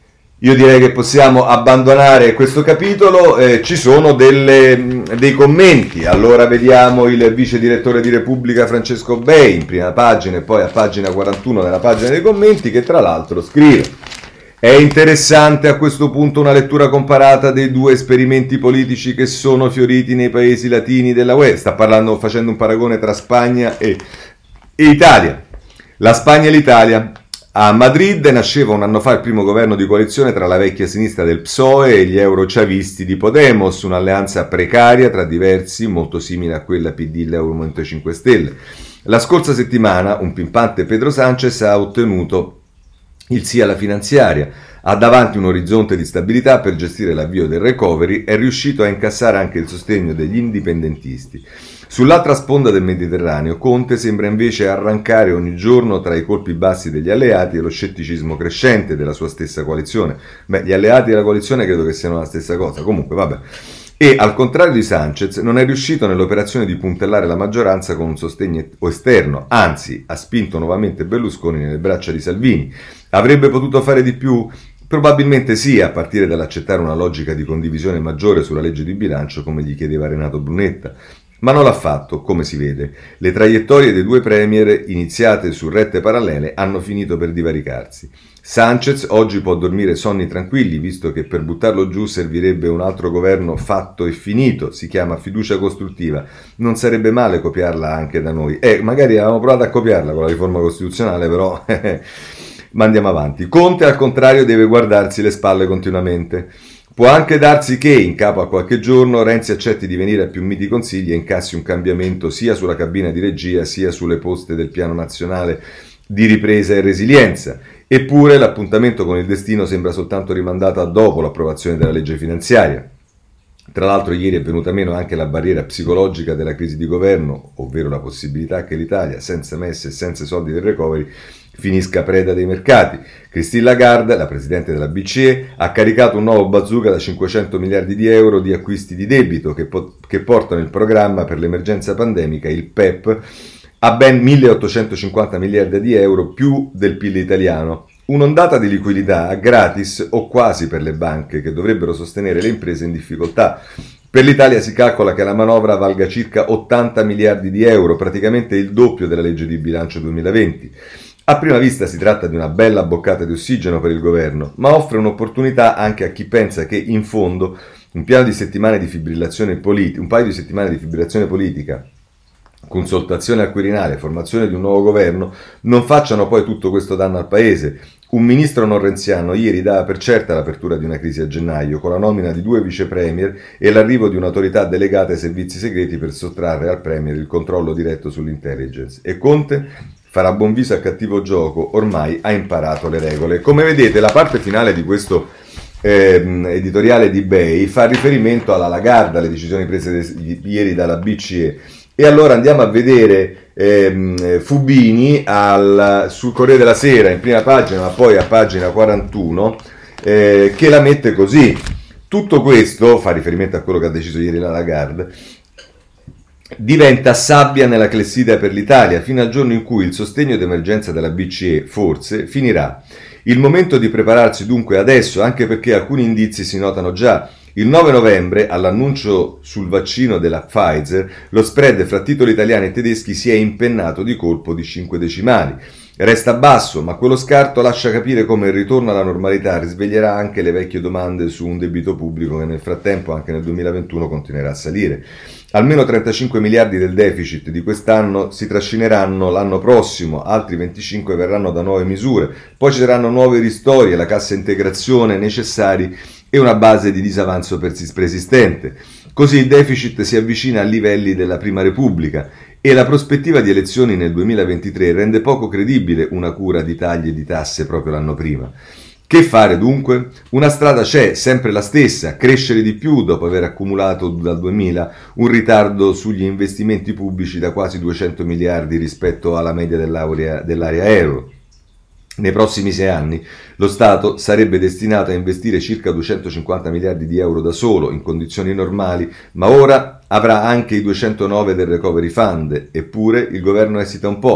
S1: io direi che possiamo abbandonare questo capitolo. Eh, ci sono delle, dei commenti. Allora vediamo il vice direttore di Repubblica Francesco Bei in prima pagina e poi a pagina quarantuno nella pagina dei commenti, che tra l'altro scrive: è interessante a questo punto una lettura comparata dei due esperimenti politici che sono fioriti nei paesi latini della U E. Sta parlando, facendo un paragone tra Spagna e, e Italia. La Spagna e l'Italia. A Madrid nasceva un anno fa il primo governo di coalizione tra la vecchia sinistra del P S O E e gli eurochavisti di Podemos, un'alleanza precaria tra diversi, molto simile a quella P D e Movimento cinque Stelle. La scorsa settimana un pimpante Pedro Sánchez ha ottenuto il sì alla finanziaria, ha davanti un orizzonte di stabilità per gestire l'avvio del recovery, è riuscito a incassare anche il sostegno degli indipendentisti. Sull'altra sponda del Mediterraneo, Conte sembra invece arrancare ogni giorno tra i colpi bassi degli alleati e lo scetticismo crescente della sua stessa coalizione. Beh, gli alleati della coalizione credo che siano la stessa cosa, comunque vabbè. E, al contrario di Sánchez, non è riuscito nell'operazione di puntellare la maggioranza con un sostegno esterno, anzi ha spinto nuovamente Berlusconi nelle braccia di Salvini. Avrebbe potuto fare di più? Probabilmente sì, a partire dall'accettare una logica di condivisione maggiore sulla legge di bilancio come gli chiedeva Renato Brunetta. Ma non l'ha fatto, come si vede. Le traiettorie dei due premier, iniziate su rette parallele, hanno finito per divaricarsi. Sánchez oggi può dormire sonni tranquilli, visto che per buttarlo giù servirebbe un altro governo fatto e finito, si chiama fiducia costruttiva. Non sarebbe male copiarla anche da noi. Eh, magari avevamo provato a copiarla con la riforma costituzionale, però ma andiamo avanti. Conte, al contrario, deve guardarsi le spalle continuamente. Può anche darsi che, in capo a qualche giorno, Renzi accetti di venire a più miti consigli e incassi un cambiamento sia sulla cabina di regia sia sulle poste del piano nazionale di ripresa e resilienza. Eppure l'appuntamento con il destino sembra soltanto rimandato a dopo l'approvazione della legge finanziaria. Tra l'altro ieri è venuta meno anche la barriera psicologica della crisi di governo, ovvero la possibilità che l'Italia, senza messe e senza i soldi del recovery, finisca preda dei mercati. Christine Lagarde, la presidente della B C E, ha caricato un nuovo bazooka da cinquecento miliardi di euro di acquisti di debito che, po- che portano il programma per l'emergenza pandemica, il P E P, a ben milleottocentocinquanta miliardi di euro, più del P I L italiano. Un'ondata di liquidità gratis o quasi per le banche che dovrebbero sostenere le imprese in difficoltà. Per l'Italia si calcola che la manovra valga circa ottanta miliardi di euro, praticamente il doppio della legge di bilancio duemilaventi. A prima vista si tratta di una bella boccata di ossigeno per il governo, ma offre un'opportunità anche a chi pensa che, in fondo, un piano di settimane di fibrillazione politica, un paio di settimane di fibrillazione politica, consultazione al Quirinale, formazione di un nuovo governo, non facciano poi tutto questo danno al paese. Un ministro non renziano ieri dava per certa l'apertura di una crisi a gennaio, con la nomina di due vice premier e l'arrivo di un'autorità delegata ai servizi segreti per sottrarre al premier il controllo diretto sull'intelligence. E Conte farà buon viso al cattivo gioco, ormai ha imparato le regole. Come vedete, la parte finale di questo eh, editoriale di Bei fa riferimento alla Lagarde, alle decisioni prese de- ieri dalla B C E. E allora andiamo a vedere ehm, Fubini al, sul Corriere della Sera in prima pagina, ma poi a pagina quarantuno, eh, che la mette così. Tutto questo, fa riferimento a quello che ha deciso ieri la Lagarde, diventa sabbia nella clessidra per l'Italia, fino al giorno in cui il sostegno d'emergenza della B C E, forse, finirà. Il momento di prepararsi dunque adesso, anche perché alcuni indizi si notano già. Il nove novembre, all'annuncio sul vaccino della Pfizer, lo spread fra titoli italiani e tedeschi si è impennato di colpo di cinque decimali. Resta basso, ma quello scarto lascia capire come il ritorno alla normalità risveglierà anche le vecchie domande su un debito pubblico che nel frattempo, anche nel duemilaventuno, continuerà a salire. Almeno trentacinque miliardi del deficit di quest'anno si trascineranno l'anno prossimo, altri venticinque verranno da nuove misure, poi ci saranno nuovi ristori e la cassa integrazione necessari e una base di disavanzo persistente. Così il deficit si avvicina a livelli della Prima Repubblica e la prospettiva di elezioni nel duemilaventitré rende poco credibile una cura di tagli e di tasse proprio l'anno prima. Che fare dunque? Una strada c'è, sempre la stessa, crescere di più dopo aver accumulato dal duemila un ritardo sugli investimenti pubblici da quasi duecento miliardi rispetto alla media dell'area, dell'area euro. Nei prossimi sei anni lo Stato sarebbe destinato a investire circa duecentocinquanta miliardi di euro da solo in condizioni normali, ma ora avrà anche i duecentonove del Recovery Fund, eppure il governo esita un po'.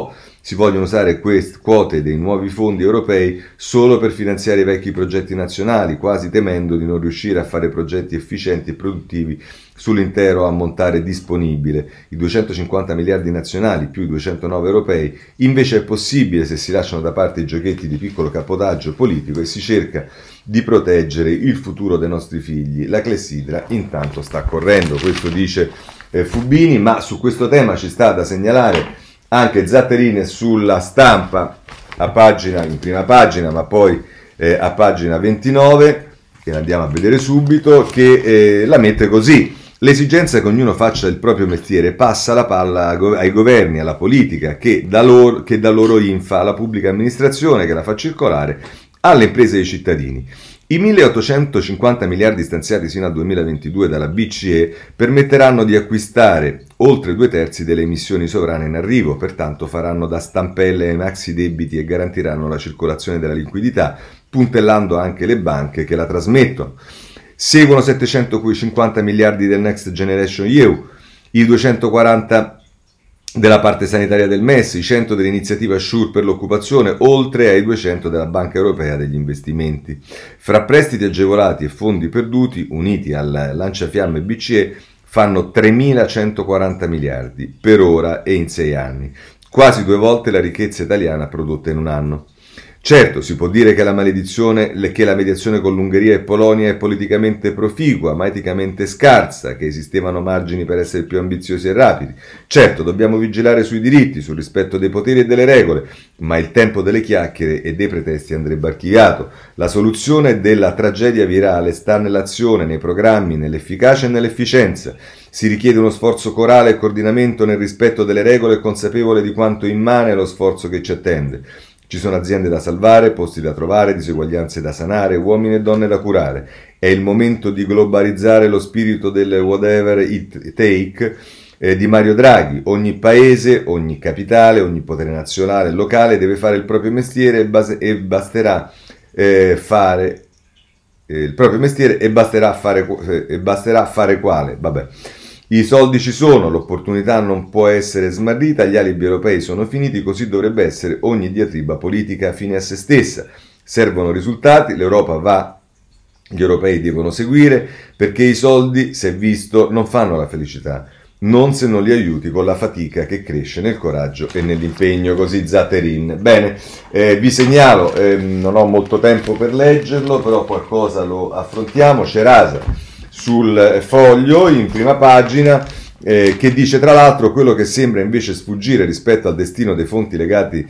S1: Si vogliono usare queste quote dei nuovi fondi europei solo per finanziare i vecchi progetti nazionali, quasi temendo di non riuscire a fare progetti efficienti e produttivi sull'intero ammontare disponibile. I duecentocinquanta miliardi nazionali più i duecentonove europei invece è possibile se si lasciano da parte i giochetti di piccolo capotaggio politico e si cerca di proteggere il futuro dei nostri figli. La clessidra intanto sta correndo, questo dice eh, Fubini, ma su questo tema ci sta da segnalare anche Zatterini sulla Stampa a pagina, in prima pagina, ma poi eh, a pagina ventinove, che andiamo a vedere subito, che eh, la mette così: l'esigenza che ognuno faccia il proprio mestiere passa la palla ai governi, alla politica, che da loro, che da loro infa, alla pubblica amministrazione che la fa circolare, alle imprese e ai cittadini. I milleottocentocinquanta miliardi stanziati sino al duemilaventidue dalla B C E permetteranno di acquistare oltre due terzi delle emissioni sovrane in arrivo, pertanto faranno da stampelle ai maxi debiti e garantiranno la circolazione della liquidità, puntellando anche le banche che la trasmettono. Seguono settecentocinquanta miliardi del Next Generation E U, i duecentoquaranta della parte sanitaria del M E S, i cento dell'iniziativa SURE per l'occupazione, oltre ai duecento della Banca Europea degli Investimenti. Fra prestiti agevolati e fondi perduti, uniti al lanciafiamme B C E, fanno tremilacentoquaranta miliardi per ora e in sei anni, quasi due volte la ricchezza italiana prodotta in un anno. Certo, si può dire che la maledizione, che la mediazione con l'Ungheria e Polonia è politicamente proficua, ma eticamente scarsa, che esistevano margini per essere più ambiziosi e rapidi. Certo, dobbiamo vigilare sui diritti, sul rispetto dei poteri e delle regole, ma il tempo delle chiacchiere e dei pretesti andrebbe archiviato. La soluzione della tragedia virale sta nell'azione, nei programmi, nell'efficacia e nell'efficienza. Si richiede uno sforzo corale e coordinamento nel rispetto delle regole e consapevole di quanto immane è lo sforzo che ci attende. Ci sono aziende da salvare, posti da trovare, diseguaglianze da sanare, uomini e donne da curare. È il momento di globalizzare lo spirito del whatever it take eh, di Mario Draghi. Ogni paese, ogni capitale, ogni potere nazionale e locale deve fare il proprio mestiere e, base- e basterà eh, fare eh, il proprio mestiere e basterà fare, eh, e basterà fare quale? Vabbè. I soldi ci sono, l'opportunità non può essere smarrita, gli alibi europei sono finiti, così dovrebbe essere ogni diatriba politica fine a se stessa. Servono risultati, l'Europa va, gli europei devono seguire, perché i soldi, se visto, non fanno la felicità, non se non li aiuti con la fatica che cresce nel coraggio e nell'impegno, così Zatterin. Bene, eh, vi segnalo, eh, non ho molto tempo per leggerlo, però qualcosa lo affrontiamo, Cerasa sul Foglio in prima pagina eh, che dice tra l'altro quello che sembra invece sfuggire rispetto al destino dei fondi legati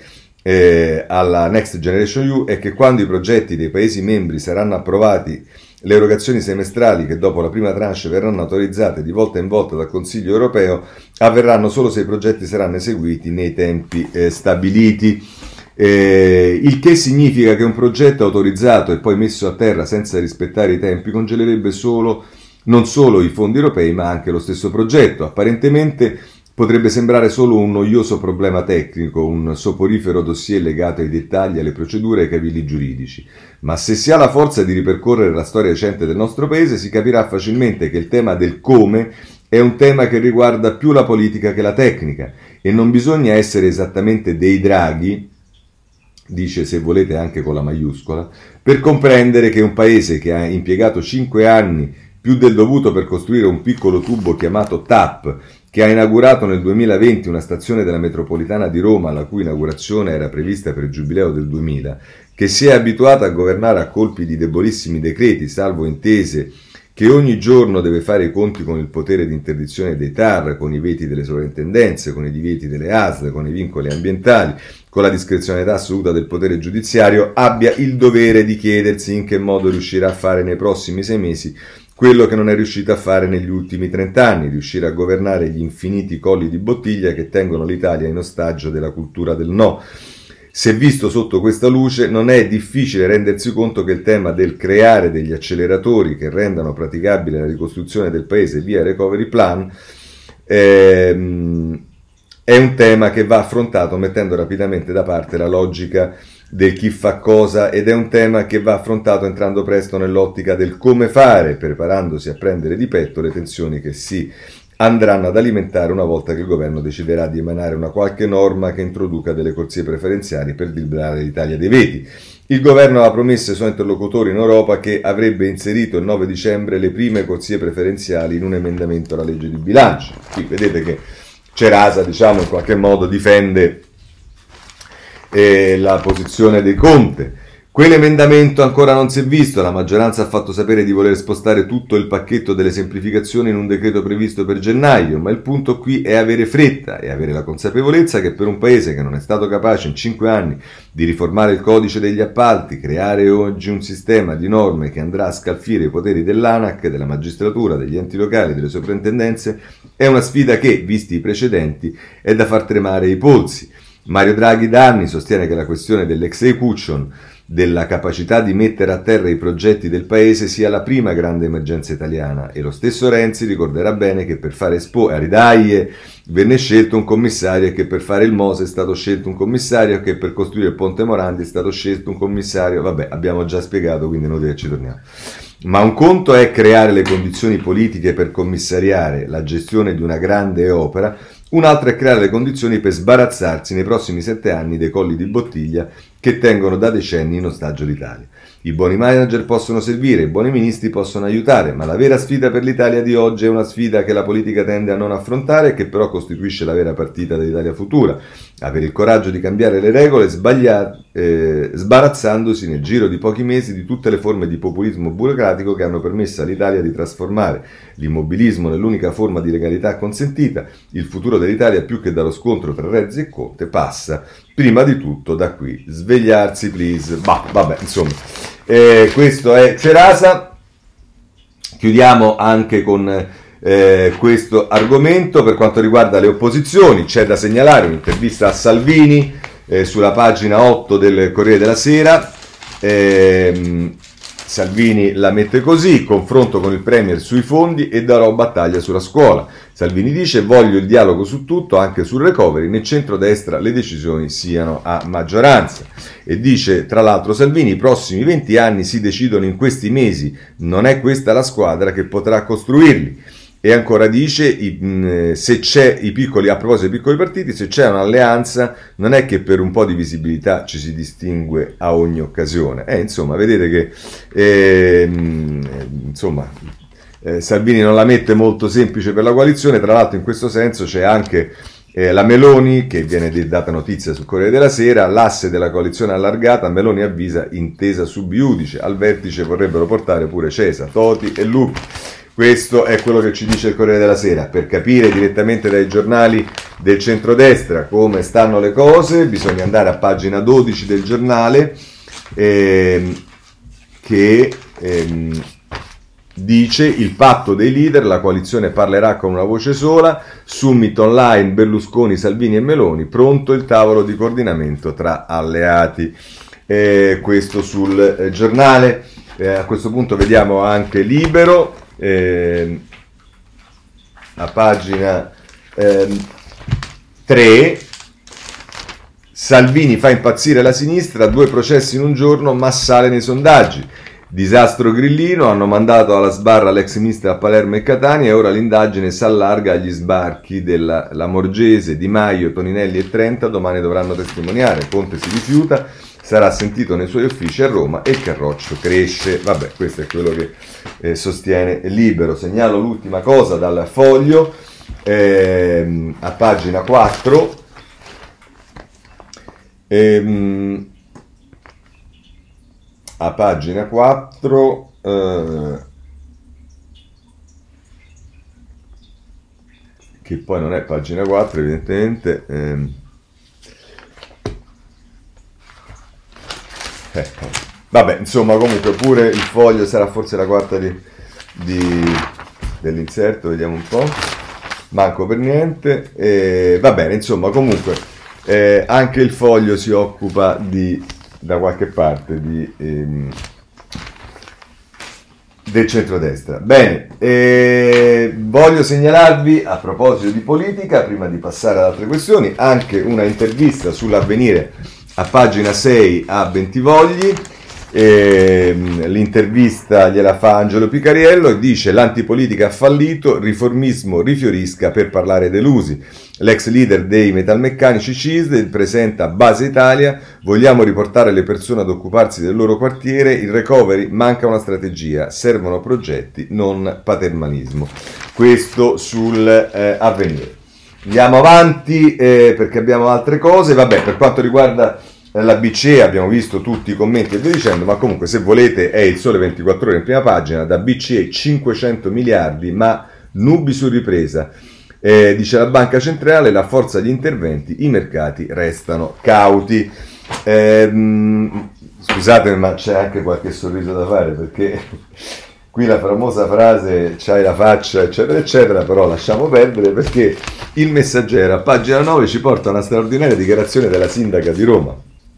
S1: eh, alla Next Generation E U è che quando i progetti dei Paesi membri saranno approvati, le erogazioni semestrali che dopo la prima tranche verranno autorizzate di volta in volta dal Consiglio europeo avverranno solo se i progetti saranno eseguiti nei tempi eh, stabiliti. Eh, il che significa che un progetto autorizzato e poi messo a terra senza rispettare i tempi congelerebbe solo, non solo i fondi europei ma anche lo stesso progetto. Apparentemente potrebbe sembrare solo un noioso problema tecnico, un soporifero dossier legato ai dettagli, alle procedure e ai cavilli giuridici, ma se si ha la forza di ripercorrere la storia recente del nostro paese si capirà facilmente che il tema del come è un tema che riguarda più la politica che la tecnica e non bisogna essere esattamente dei Draghi, dice se volete anche con la maiuscola, per comprendere che un paese che ha impiegato cinque anni più del dovuto per costruire un piccolo tubo chiamato T A P, che ha inaugurato nel duemilaventi una stazione della metropolitana di Roma la cui inaugurazione era prevista per il giubileo del duemila, che si è abituata a governare a colpi di debolissimi decreti, salvo intese, che ogni giorno deve fare i conti con il potere di interdizione dei T A R, con i veti delle sovrintendenze, con i divieti delle A S L, con i vincoli ambientali, con la discrezionalità assoluta del potere giudiziario, abbia il dovere di chiedersi in che modo riuscirà a fare nei prossimi sei mesi quello che non è riuscito a fare negli ultimi trent'anni, riuscire a governare gli infiniti colli di bottiglia che tengono l'Italia in ostaggio della cultura del no. Se visto sotto questa luce, non è difficile rendersi conto che il tema del creare degli acceleratori che rendano praticabile la ricostruzione del paese via Recovery Plan ehm, è un tema che va affrontato mettendo rapidamente da parte la logica del chi fa cosa ed è un tema che va affrontato entrando presto nell'ottica del come fare, preparandosi a prendere di petto le tensioni che si andranno ad alimentare una volta che il governo deciderà di emanare una qualche norma che introduca delle corsie preferenziali per liberare l'Italia dei veti. Il governo aveva promesso ai suoi interlocutori in Europa che avrebbe inserito il nove dicembre le prime corsie preferenziali in un emendamento alla legge di bilancio. Qui vedete che Cerasa, diciamo, in qualche modo difende eh, la posizione dei Conte. Quell'emendamento ancora non si è visto, la maggioranza ha fatto sapere di voler spostare tutto il pacchetto delle semplificazioni in un decreto previsto per gennaio, ma il punto qui è avere fretta e avere la consapevolezza che per un paese che non è stato capace in cinque anni di riformare il codice degli appalti, creare oggi un sistema di norme che andrà a scalfire i poteri dell'ANAC, della magistratura, degli enti locali, delle soprintendenze, è una sfida che, visti i precedenti, è da far tremare i polsi. Mario Draghi da anni sostiene che la questione dell'execution, della capacità di mettere a terra i progetti del paese, sia la prima grande emergenza italiana, e lo stesso Renzi ricorderà bene che per fare Expo a Ridaie venne scelto un commissario e che per fare il Mose è stato scelto un commissario e che per costruire il Ponte Morandi è stato scelto un commissario. Vabbè, abbiamo già spiegato, quindi non che ci torniamo. Ma un conto è creare le condizioni politiche per commissariare la gestione di una grande opera, un altro è creare le condizioni per sbarazzarsi nei prossimi sette anni dei colli di bottiglia che tengono da decenni in ostaggio l'Italia. I buoni manager possono servire, i buoni ministri possono aiutare, ma la vera sfida per l'Italia di oggi è una sfida che la politica tende a non affrontare e che però costituisce la vera partita dell'Italia futura. Avere il coraggio di cambiare le regole sbagliate, eh, sbarazzandosi nel giro di pochi mesi di tutte le forme di populismo burocratico che hanno permesso all'Italia di trasformare l'immobilismo nell'unica forma di legalità consentita. Il futuro dell'Italia, più che dallo scontro tra Renzi e Conte, passa prima di tutto da qui. Svegliarsi, please. Bah, vabbè, insomma, eh, questo è Cerasa. Chiudiamo anche con eh, questo argomento. Per quanto riguarda le opposizioni, c'è da segnalare un'intervista a Salvini eh, sulla pagina otto del Corriere della Sera. Eh, Salvini la mette così: confronto con il Premier sui fondi e darò battaglia sulla scuola. Salvini dice: voglio il dialogo su tutto, anche sul recovery, nel centrodestra le decisioni siano a maggioranza. E dice tra l'altro Salvini: i prossimi venti anni si decidono in questi mesi, non è questa la squadra che potrà costruirli. E ancora dice, i, se c'è i piccoli, a proposito dei piccoli partiti, se c'è un'alleanza non è che per un po' di visibilità ci si distingue a ogni occasione. Eh, insomma, vedete che eh, insomma, eh, Salvini non la mette molto semplice per la coalizione. Tra l'altro in questo senso c'è anche eh, la Meloni, che viene data notizia sul Corriere della Sera, l'asse della coalizione allargata, Meloni avvisa intesa sub iudice, al vertice vorrebbero portare pure Cesa, Toti e Lupi. Questo è quello che ci dice il Corriere della Sera. Per capire direttamente dai giornali del centrodestra come stanno le cose, bisogna andare a pagina dodici del giornale, ehm, che ehm, dice: il patto dei leader, la coalizione parlerà con una voce sola, summit online Berlusconi, Salvini e Meloni, pronto il tavolo di coordinamento tra alleati. Eh, questo sul eh, giornale. Eh, a questo punto vediamo anche Libero. Eh, a pagina eh, tre, Salvini fa impazzire la sinistra, due processi in un giorno ma sale nei sondaggi. Disastro grillino, hanno mandato alla sbarra l'ex ministra a Palermo e Catania e ora l'indagine si allarga agli sbarchi della Lamorgese, Di Maio, Toninelli e Trenta domani dovranno testimoniare. Conte si rifiuta, sarà sentito nei suoi uffici a Roma e il Carroccio cresce. Vabbè, questo è quello che eh, sostiene Libero. Segnalo l'ultima cosa dal Foglio, ehm, a pagina quattro. Ehm, a pagina quattro eh, che poi non è pagina quattro evidentemente, ehm, Eh, vabbè, insomma, comunque pure il Foglio sarà forse la quarta di, di, dell'inserto, vediamo un po', manco per niente, eh, va bene, insomma, comunque eh, anche il Foglio si occupa di, da qualche parte, di, ehm, del centrodestra. Bene, eh, voglio segnalarvi, a proposito di politica, prima di passare ad altre questioni, anche una intervista sull'Avvenire a pagina sei a Bentivogli, E, l'intervista gliela fa Angelo Picariello e dice: l'antipolitica ha fallito, riformismo rifiorisca per parlare delusi. L'ex leader dei metalmeccanici C I S D presenta Base Italia, vogliamo riportare le persone ad occuparsi del loro quartiere, il recovery, manca una strategia, servono progetti, non paternalismo. Questo sul eh, Avvenire. Andiamo avanti eh, perché abbiamo altre cose. Vabbè, per quanto riguarda eh, la B C E abbiamo visto tutti i commenti e via dicendo, ma comunque se volete è il Sole ventiquattro Ore in prima pagina, da B C E cinquecento miliardi, ma nubi su ripresa. Eh, dice la Banca Centrale, la forza degli interventi, i mercati restano cauti. Eh, mh, scusatemi, ma c'è anche qualche sorriso da fare, perché qui la famosa frase c'hai la faccia eccetera eccetera, però lasciamo perdere, perché il Messaggero a pagina nove ci porta a una straordinaria dichiarazione della sindaca di Roma,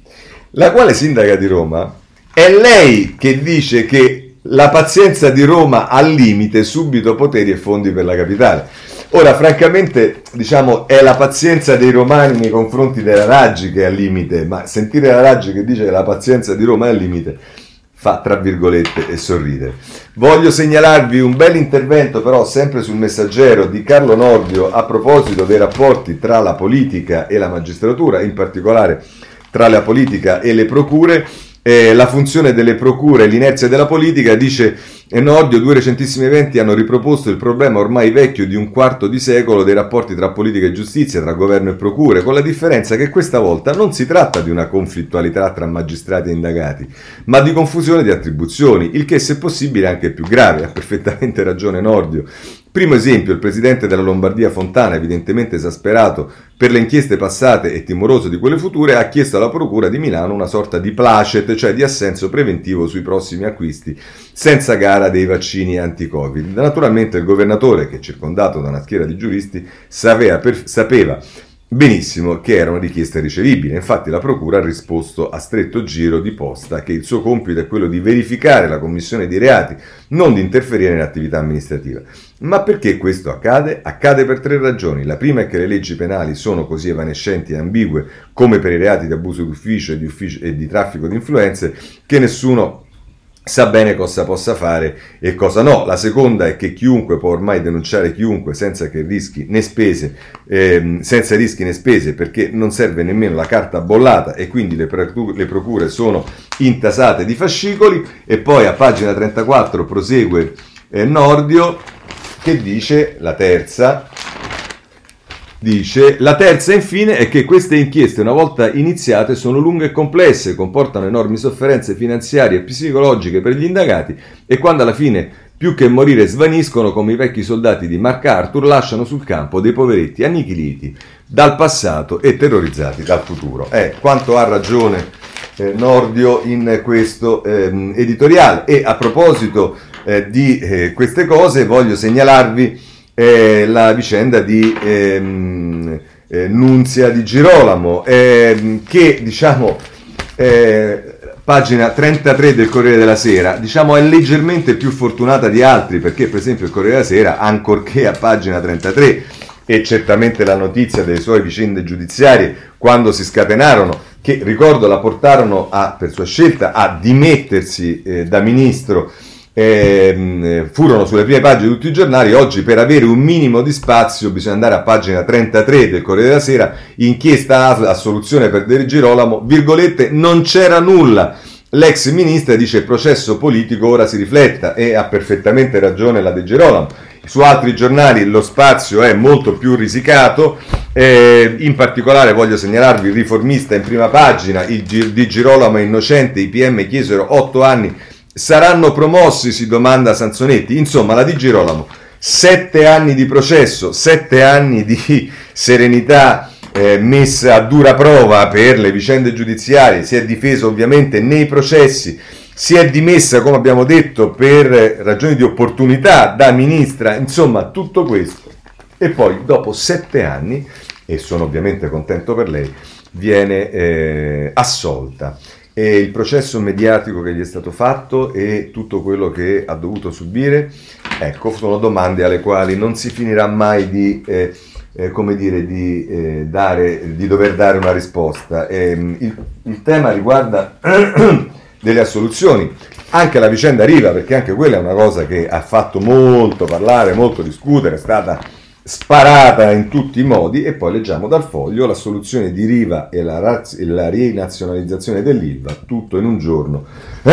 S1: la quale sindaca di Roma è lei che dice che la pazienza di Roma al limite, subito poteri e fondi per la capitale. Ora, francamente, diciamo, è la pazienza dei romani nei confronti della Raggi che è al limite, ma sentire la Raggi che dice che la pazienza di Roma è al limite fa, tra virgolette, e sorridere. Voglio segnalarvi un bel intervento, però, sempre sul Messaggero, di Carlo Nordio a proposito dei rapporti tra la politica e la magistratura, in particolare tra la politica e le procure. Eh, la funzione delle procure e l'inerzia della politica, dice Nordio, due recentissimi eventi hanno riproposto il problema ormai vecchio di un quarto di secolo dei rapporti tra politica e giustizia, tra governo e procure, con la differenza che questa volta non si tratta di una conflittualità tra magistrati e indagati, ma di confusione di attribuzioni, il che se possibile è anche più grave. Ha perfettamente ragione Nordio. Primo esempio, il presidente della Lombardia Fontana, evidentemente esasperato per le inchieste passate e timoroso di quelle future, ha chiesto alla Procura di Milano una sorta di placet, cioè di assenso preventivo sui prossimi acquisti, senza gara dei vaccini anti-Covid. Naturalmente il governatore, che è circondato da una schiera di giuristi, sapeva, per, sapeva benissimo che era una richiesta ricevibile. Infatti la Procura ha risposto a stretto giro di posta che il suo compito è quello di verificare la commissione di reati, non di interferire nell'attività amministrativa. Ma perché questo accade? Accade per tre ragioni. La prima è che le leggi penali sono così evanescenti e ambigue, come per i reati di abuso d'ufficio e di, ufficio, e di traffico di influenze, che nessuno sa bene cosa possa fare e cosa no. La seconda è che chiunque può ormai denunciare chiunque senza che rischi né spese, ehm, senza rischi né spese, perché non serve nemmeno la carta bollata e quindi le, procure, le procure sono intasate di fascicoli. E poi a pagina trentaquattro prosegue eh, Nordio, che dice, la terza, dice, la terza infine è che queste inchieste, una volta iniziate, sono lunghe e complesse, comportano enormi sofferenze finanziarie e psicologiche per gli indagati e quando alla fine, più che morire, svaniscono come i vecchi soldati di MacArthur, lasciano sul campo dei poveretti annichiliti dal passato e terrorizzati dal futuro. Eh, quanto ha ragione eh, Nordio in questo eh, editoriale. E a proposito eh, di eh, queste cose voglio segnalarvi Eh, la vicenda di ehm, eh, Nunzia Di Girolamo, ehm, che diciamo eh, pagina trentatré del Corriere della Sera, diciamo è leggermente più fortunata di altri, perché per esempio il Corriere della Sera, ancorché a pagina trentatré, e certamente la notizia delle sue vicende giudiziarie quando si scatenarono, che ricordo la portarono a, per sua scelta, a dimettersi eh, da ministro, Eh, furono sulle prime pagine di tutti i giornali. Oggi, per avere un minimo di spazio, bisogna andare a pagina trentatré del Corriere della Sera. Inchiesta A S L, assoluzione per Di Girolamo, virgolette, non c'era nulla. L'ex ministra dice il processo politico ora si rifletta, e ha perfettamente ragione la Di Girolamo. Su altri giornali lo spazio è molto più risicato, eh, in particolare voglio segnalarvi il Riformista in prima pagina, il G- Di Girolamo è innocente, i P M chiesero otto anni, saranno promossi, si domanda Sansonetti. Insomma, la Di Girolamo, sette anni di processo, sette anni di serenità eh, messa a dura prova per le vicende giudiziarie, si è difesa ovviamente nei processi, si è dimessa, come abbiamo detto, per ragioni di opportunità da ministra, insomma tutto questo. E poi dopo sette anni, e sono ovviamente contento per lei, viene eh, assolta. E il processo mediatico che gli è stato fatto e tutto quello che ha dovuto subire, ecco, sono domande alle quali non si finirà mai di, eh, eh, come dire, di, eh, dare, di dover dare una risposta. Eh, il, il tema riguarda delle assoluzioni. Anche la vicenda Riva, perché anche quella è una cosa che ha fatto molto parlare, molto discutere, è stata sparata in tutti i modi. E poi leggiamo dal Foglio l'assoluzione di Riva e la, raz- e la rinazionalizzazione dell'Ilva, tutto in un giorno.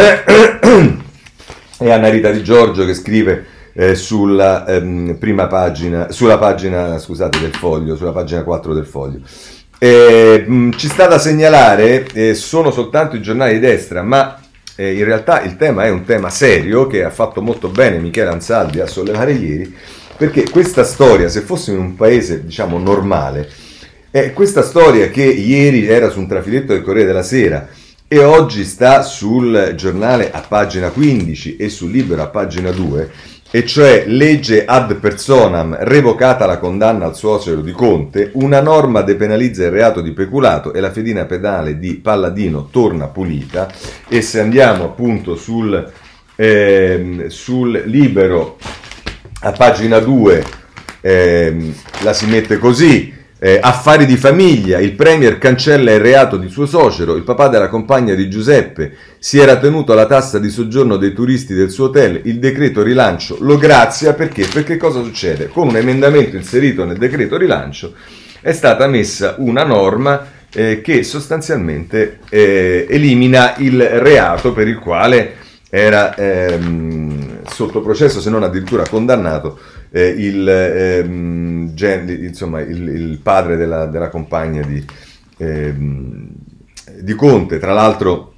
S1: E Anna Rita Di Giorgio che scrive eh, sulla ehm, prima pagina, sulla pagina, scusate, del Foglio, sulla pagina quattro del Foglio. Eh, mh, ci sta da segnalare, eh, sono soltanto i giornali di destra, ma eh, in realtà il tema è un tema serio che ha fatto molto bene Michele Ansaldi a sollevare ieri, perché questa storia, se fossimo in un paese diciamo normale, è questa storia che ieri era su un trafiletto del Corriere della Sera e oggi sta sul giornale a pagina quindici e sul Libero a pagina due, e cioè legge ad personam, revocata la condanna al suocero di Conte, una norma depenalizza il reato di peculato e la fedina penale di Palladino torna pulita. E se andiamo appunto sul, eh, sul Libero a pagina due, eh, la si mette così. Eh, affari di famiglia, il premier cancella il reato di suo suocero, il papà della compagna di Giuseppe si era tenuto alla tassa di soggiorno dei turisti del suo hotel, il decreto rilancio lo grazia. Perché? Perché cosa succede? Con un emendamento inserito nel decreto rilancio è stata messa una norma eh, che sostanzialmente eh, elimina il reato per il quale era ehm, sotto processo, se non addirittura condannato, Eh, il, ehm, gen, insomma, il, il padre della, della compagna di, ehm, di Conte. Tra l'altro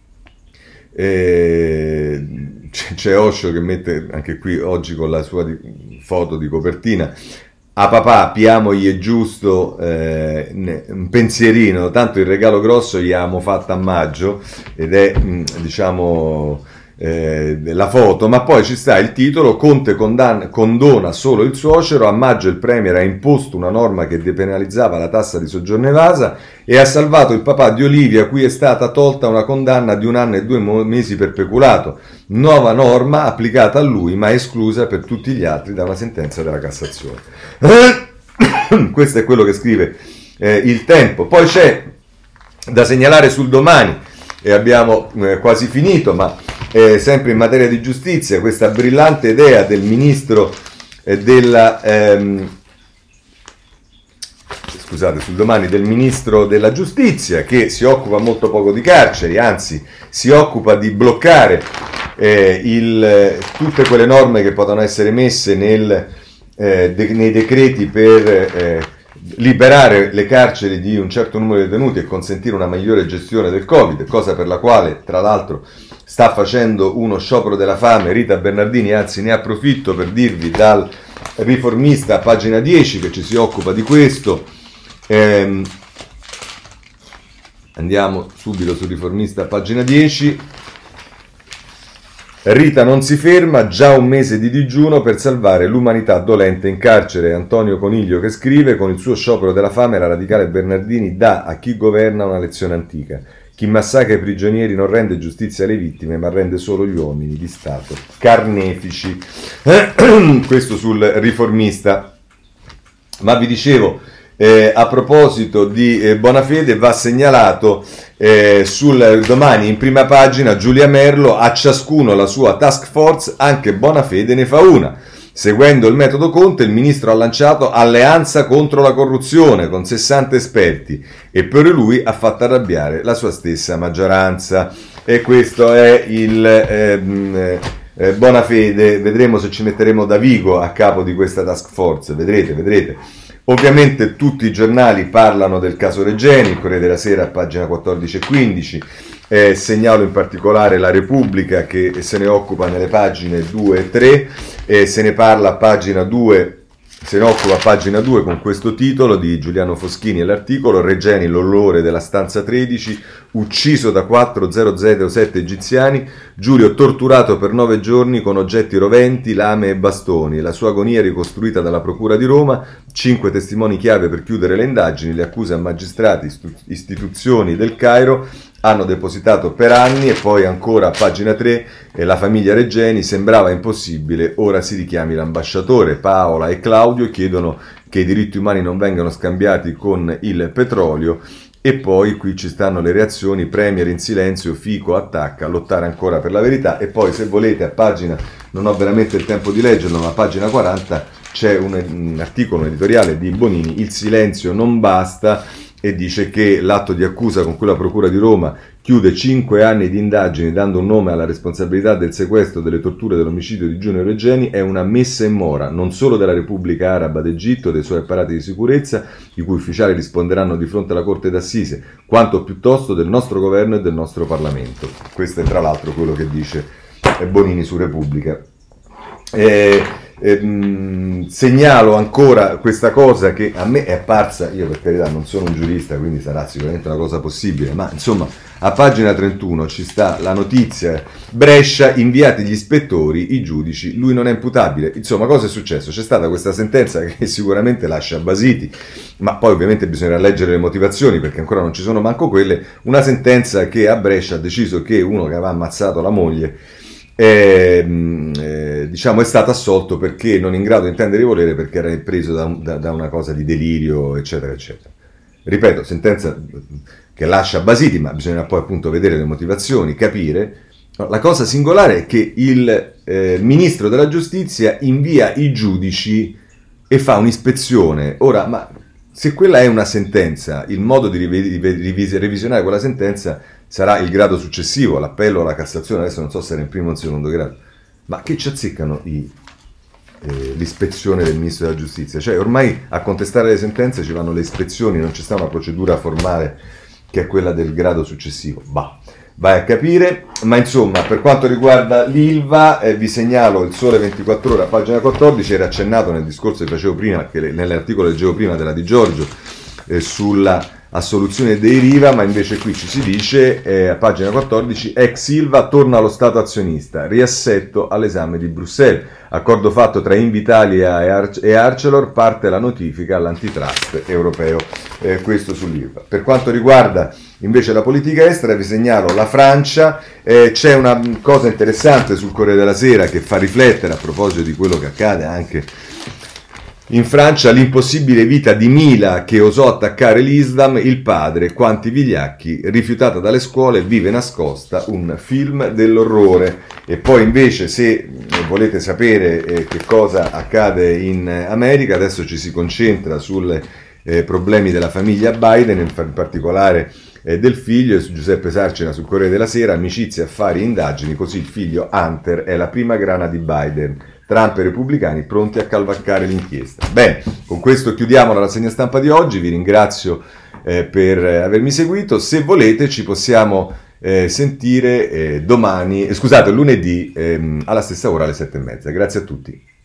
S1: eh, c'è, c'è Osho che mette anche qui oggi con la sua di, foto di copertina: a papà piamogli è giusto eh, un pensierino, tanto il regalo grosso gli abbiamo fatto a maggio, ed è mh, diciamo Eh, la foto, ma poi ci sta il titolo: Conte condanna, condona solo il suocero, a maggio il premier ha imposto una norma che depenalizzava la tassa di soggiorno evasa e ha salvato il papà di Olivia, a cui è stata tolta una condanna di un anno e due mesi per peculato, nuova norma applicata a lui ma esclusa per tutti gli altri da una sentenza della Cassazione. Questo è quello che scrive eh, il Tempo. Poi c'è da segnalare sul Domani, e abbiamo eh, quasi finito, ma Eh, sempre in materia di giustizia, questa brillante idea del ministro eh, della ehm, scusate sul Domani del ministro della giustizia, che si occupa molto poco di carceri, anzi si occupa di bloccare eh, il, tutte quelle norme che possono essere messe nel, eh, de, nei decreti per eh, liberare le carceri di un certo numero di detenuti e consentire una migliore gestione del Covid, cosa per la quale tra l'altro sta facendo uno sciopero della fame Rita Bernardini. Anzi, ne approfitto per dirvi dal Riformista a pagina dieci che ci si occupa di questo. Ehm, andiamo subito sul Riformista a pagina dieci. Rita non si ferma, già un mese di digiuno per salvare l'umanità dolente in carcere. Antonio Coniglio che scrive: con il suo sciopero della fame la radicale Bernardini dà a chi governa una lezione antica. Chi massacra i prigionieri non rende giustizia alle vittime, ma rende solo gli uomini di Stato carnefici. Questo sul Riformista. Ma vi dicevo, eh, a proposito di eh, Bonafede, va segnalato eh, sul Domani in prima pagina Giulia Merlo: a ciascuno la sua task force, anche Bonafede ne fa una. Seguendo il metodo Conte, il ministro ha lanciato alleanza contro la corruzione con sessanta esperti e per lui ha fatto arrabbiare la sua stessa maggioranza. E questo è il ehm, eh, Bonafede. Vedremo se ci metteremo Davigo a capo di questa task force, vedrete, vedrete. Ovviamente tutti i giornali parlano del caso Regeni, il Corriere della Sera a pagina quattordici e quindici. Eh, segnalo in particolare La Repubblica che se ne occupa nelle pagine due e tre, e se ne parla a pagina due, se ne occupa a pagina due con questo titolo di Giuliano Foschini e l'articolo: Regeni l'orrore della stanza tredici, ucciso da quattro zero zero sette egiziani, Giulio torturato per nove giorni con oggetti roventi, lame e bastoni, la sua agonia ricostruita dalla Procura di Roma, cinque testimoni chiave per chiudere le indagini, le accuse a magistrati, istu- istituzioni del Cairo hanno depositato per anni. E poi ancora a pagina tre, eh, la famiglia Regeni, sembrava impossibile, ora si richiami l'ambasciatore. Paola e Claudio chiedono che i diritti umani non vengano scambiati con il petrolio E poi qui ci stanno le reazioni: Premier in silenzio, Fico attacca, lottare ancora per la verità. E poi, se volete, a pagina, non ho veramente il tempo di leggerlo, ma a pagina quaranta c'è un, un articolo, un editoriale di Bonini, il silenzio non basta, e dice che l'atto di accusa con cui la Procura di Roma chiude cinque anni di indagini dando un nome alla responsabilità del sequestro, delle torture e dell'omicidio di Giulio Regeni è una messa in mora non solo della Repubblica Araba d'Egitto e dei suoi apparati di sicurezza, i cui ufficiali risponderanno di fronte alla Corte d'Assise, quanto piuttosto del nostro governo e del nostro Parlamento. Questo è tra l'altro quello che dice Bonini su Repubblica. Eh, ehm, segnalo ancora questa cosa che a me è apparsa, io per carità non sono un giurista, quindi sarà sicuramente una cosa possibile, ma insomma a pagina trentuno ci sta la notizia: Brescia, inviati gli ispettori, i giudici, lui non è imputabile. Insomma, cosa è successo? C'è stata questa sentenza che sicuramente lascia basiti, ma poi ovviamente bisognerà leggere le motivazioni, perché ancora non ci sono manco quelle. Una sentenza che a Brescia ha deciso che uno che aveva ammazzato la moglie Eh, eh, diciamo è stato assolto perché non in grado di intendere e volere, perché era preso da, da, da una cosa di delirio, eccetera eccetera. Ripeto, sentenza che lascia basiti, ma bisogna poi appunto vedere le motivazioni, capire. La cosa singolare è che il eh, ministro della giustizia invia i giudici e fa un'ispezione. Ora, ma se quella è una sentenza, il modo di riv- riv- revisionare quella sentenza sarà il grado successivo, l'appello o la Cassazione, adesso non so se era in primo o in secondo grado. Ma che ci azzeccano i, eh, l'ispezione del Ministro della Giustizia? Cioè ormai a contestare le sentenze ci vanno le ispezioni, non c'è stata una procedura formale che è quella del grado successivo. Bah, vai a capire. Ma insomma, per quanto riguarda l'Ilva, eh, vi segnalo il Sole ventiquattro Ore, a pagina quattordici, era accennato nel discorso che facevo prima, che nell'articolo leggevo prima della Di Giorgio, eh, sulla assoluzione dei Riva, ma invece qui ci si dice, eh, a pagina quattordici, ex Ilva torna allo Stato azionista, riassetto all'esame di Bruxelles, accordo fatto tra Invitalia e, Ar- e Arcelor, parte la notifica all'antitrust europeo. Eh, questo sull'Ilva. Per quanto riguarda invece la politica estera, vi segnalo la Francia. Eh, c'è una cosa interessante sul Corriere della Sera che fa riflettere a proposito di quello che accade anche in Francia: l'impossibile vita di Mila che osò attaccare l'Islam, il padre, quanti vigliacchi, rifiutata dalle scuole, vive nascosta, un film dell'orrore. E poi invece, se volete sapere eh, che cosa accade in America, adesso ci si concentra sui eh, problemi della famiglia Biden, in particolare eh, del figlio. Giuseppe Sarcina sul Corriere della Sera: amicizie, affari e indagini, così il figlio Hunter è la prima grana di Biden. Trump e i repubblicani pronti a cavalcare l'inchiesta. Bene, con questo chiudiamo la rassegna stampa di oggi, vi ringrazio eh, per avermi seguito. Se volete ci possiamo eh, sentire eh, domani, eh, scusate, lunedì ehm, alla stessa ora, alle sette e mezza. Grazie a tutti.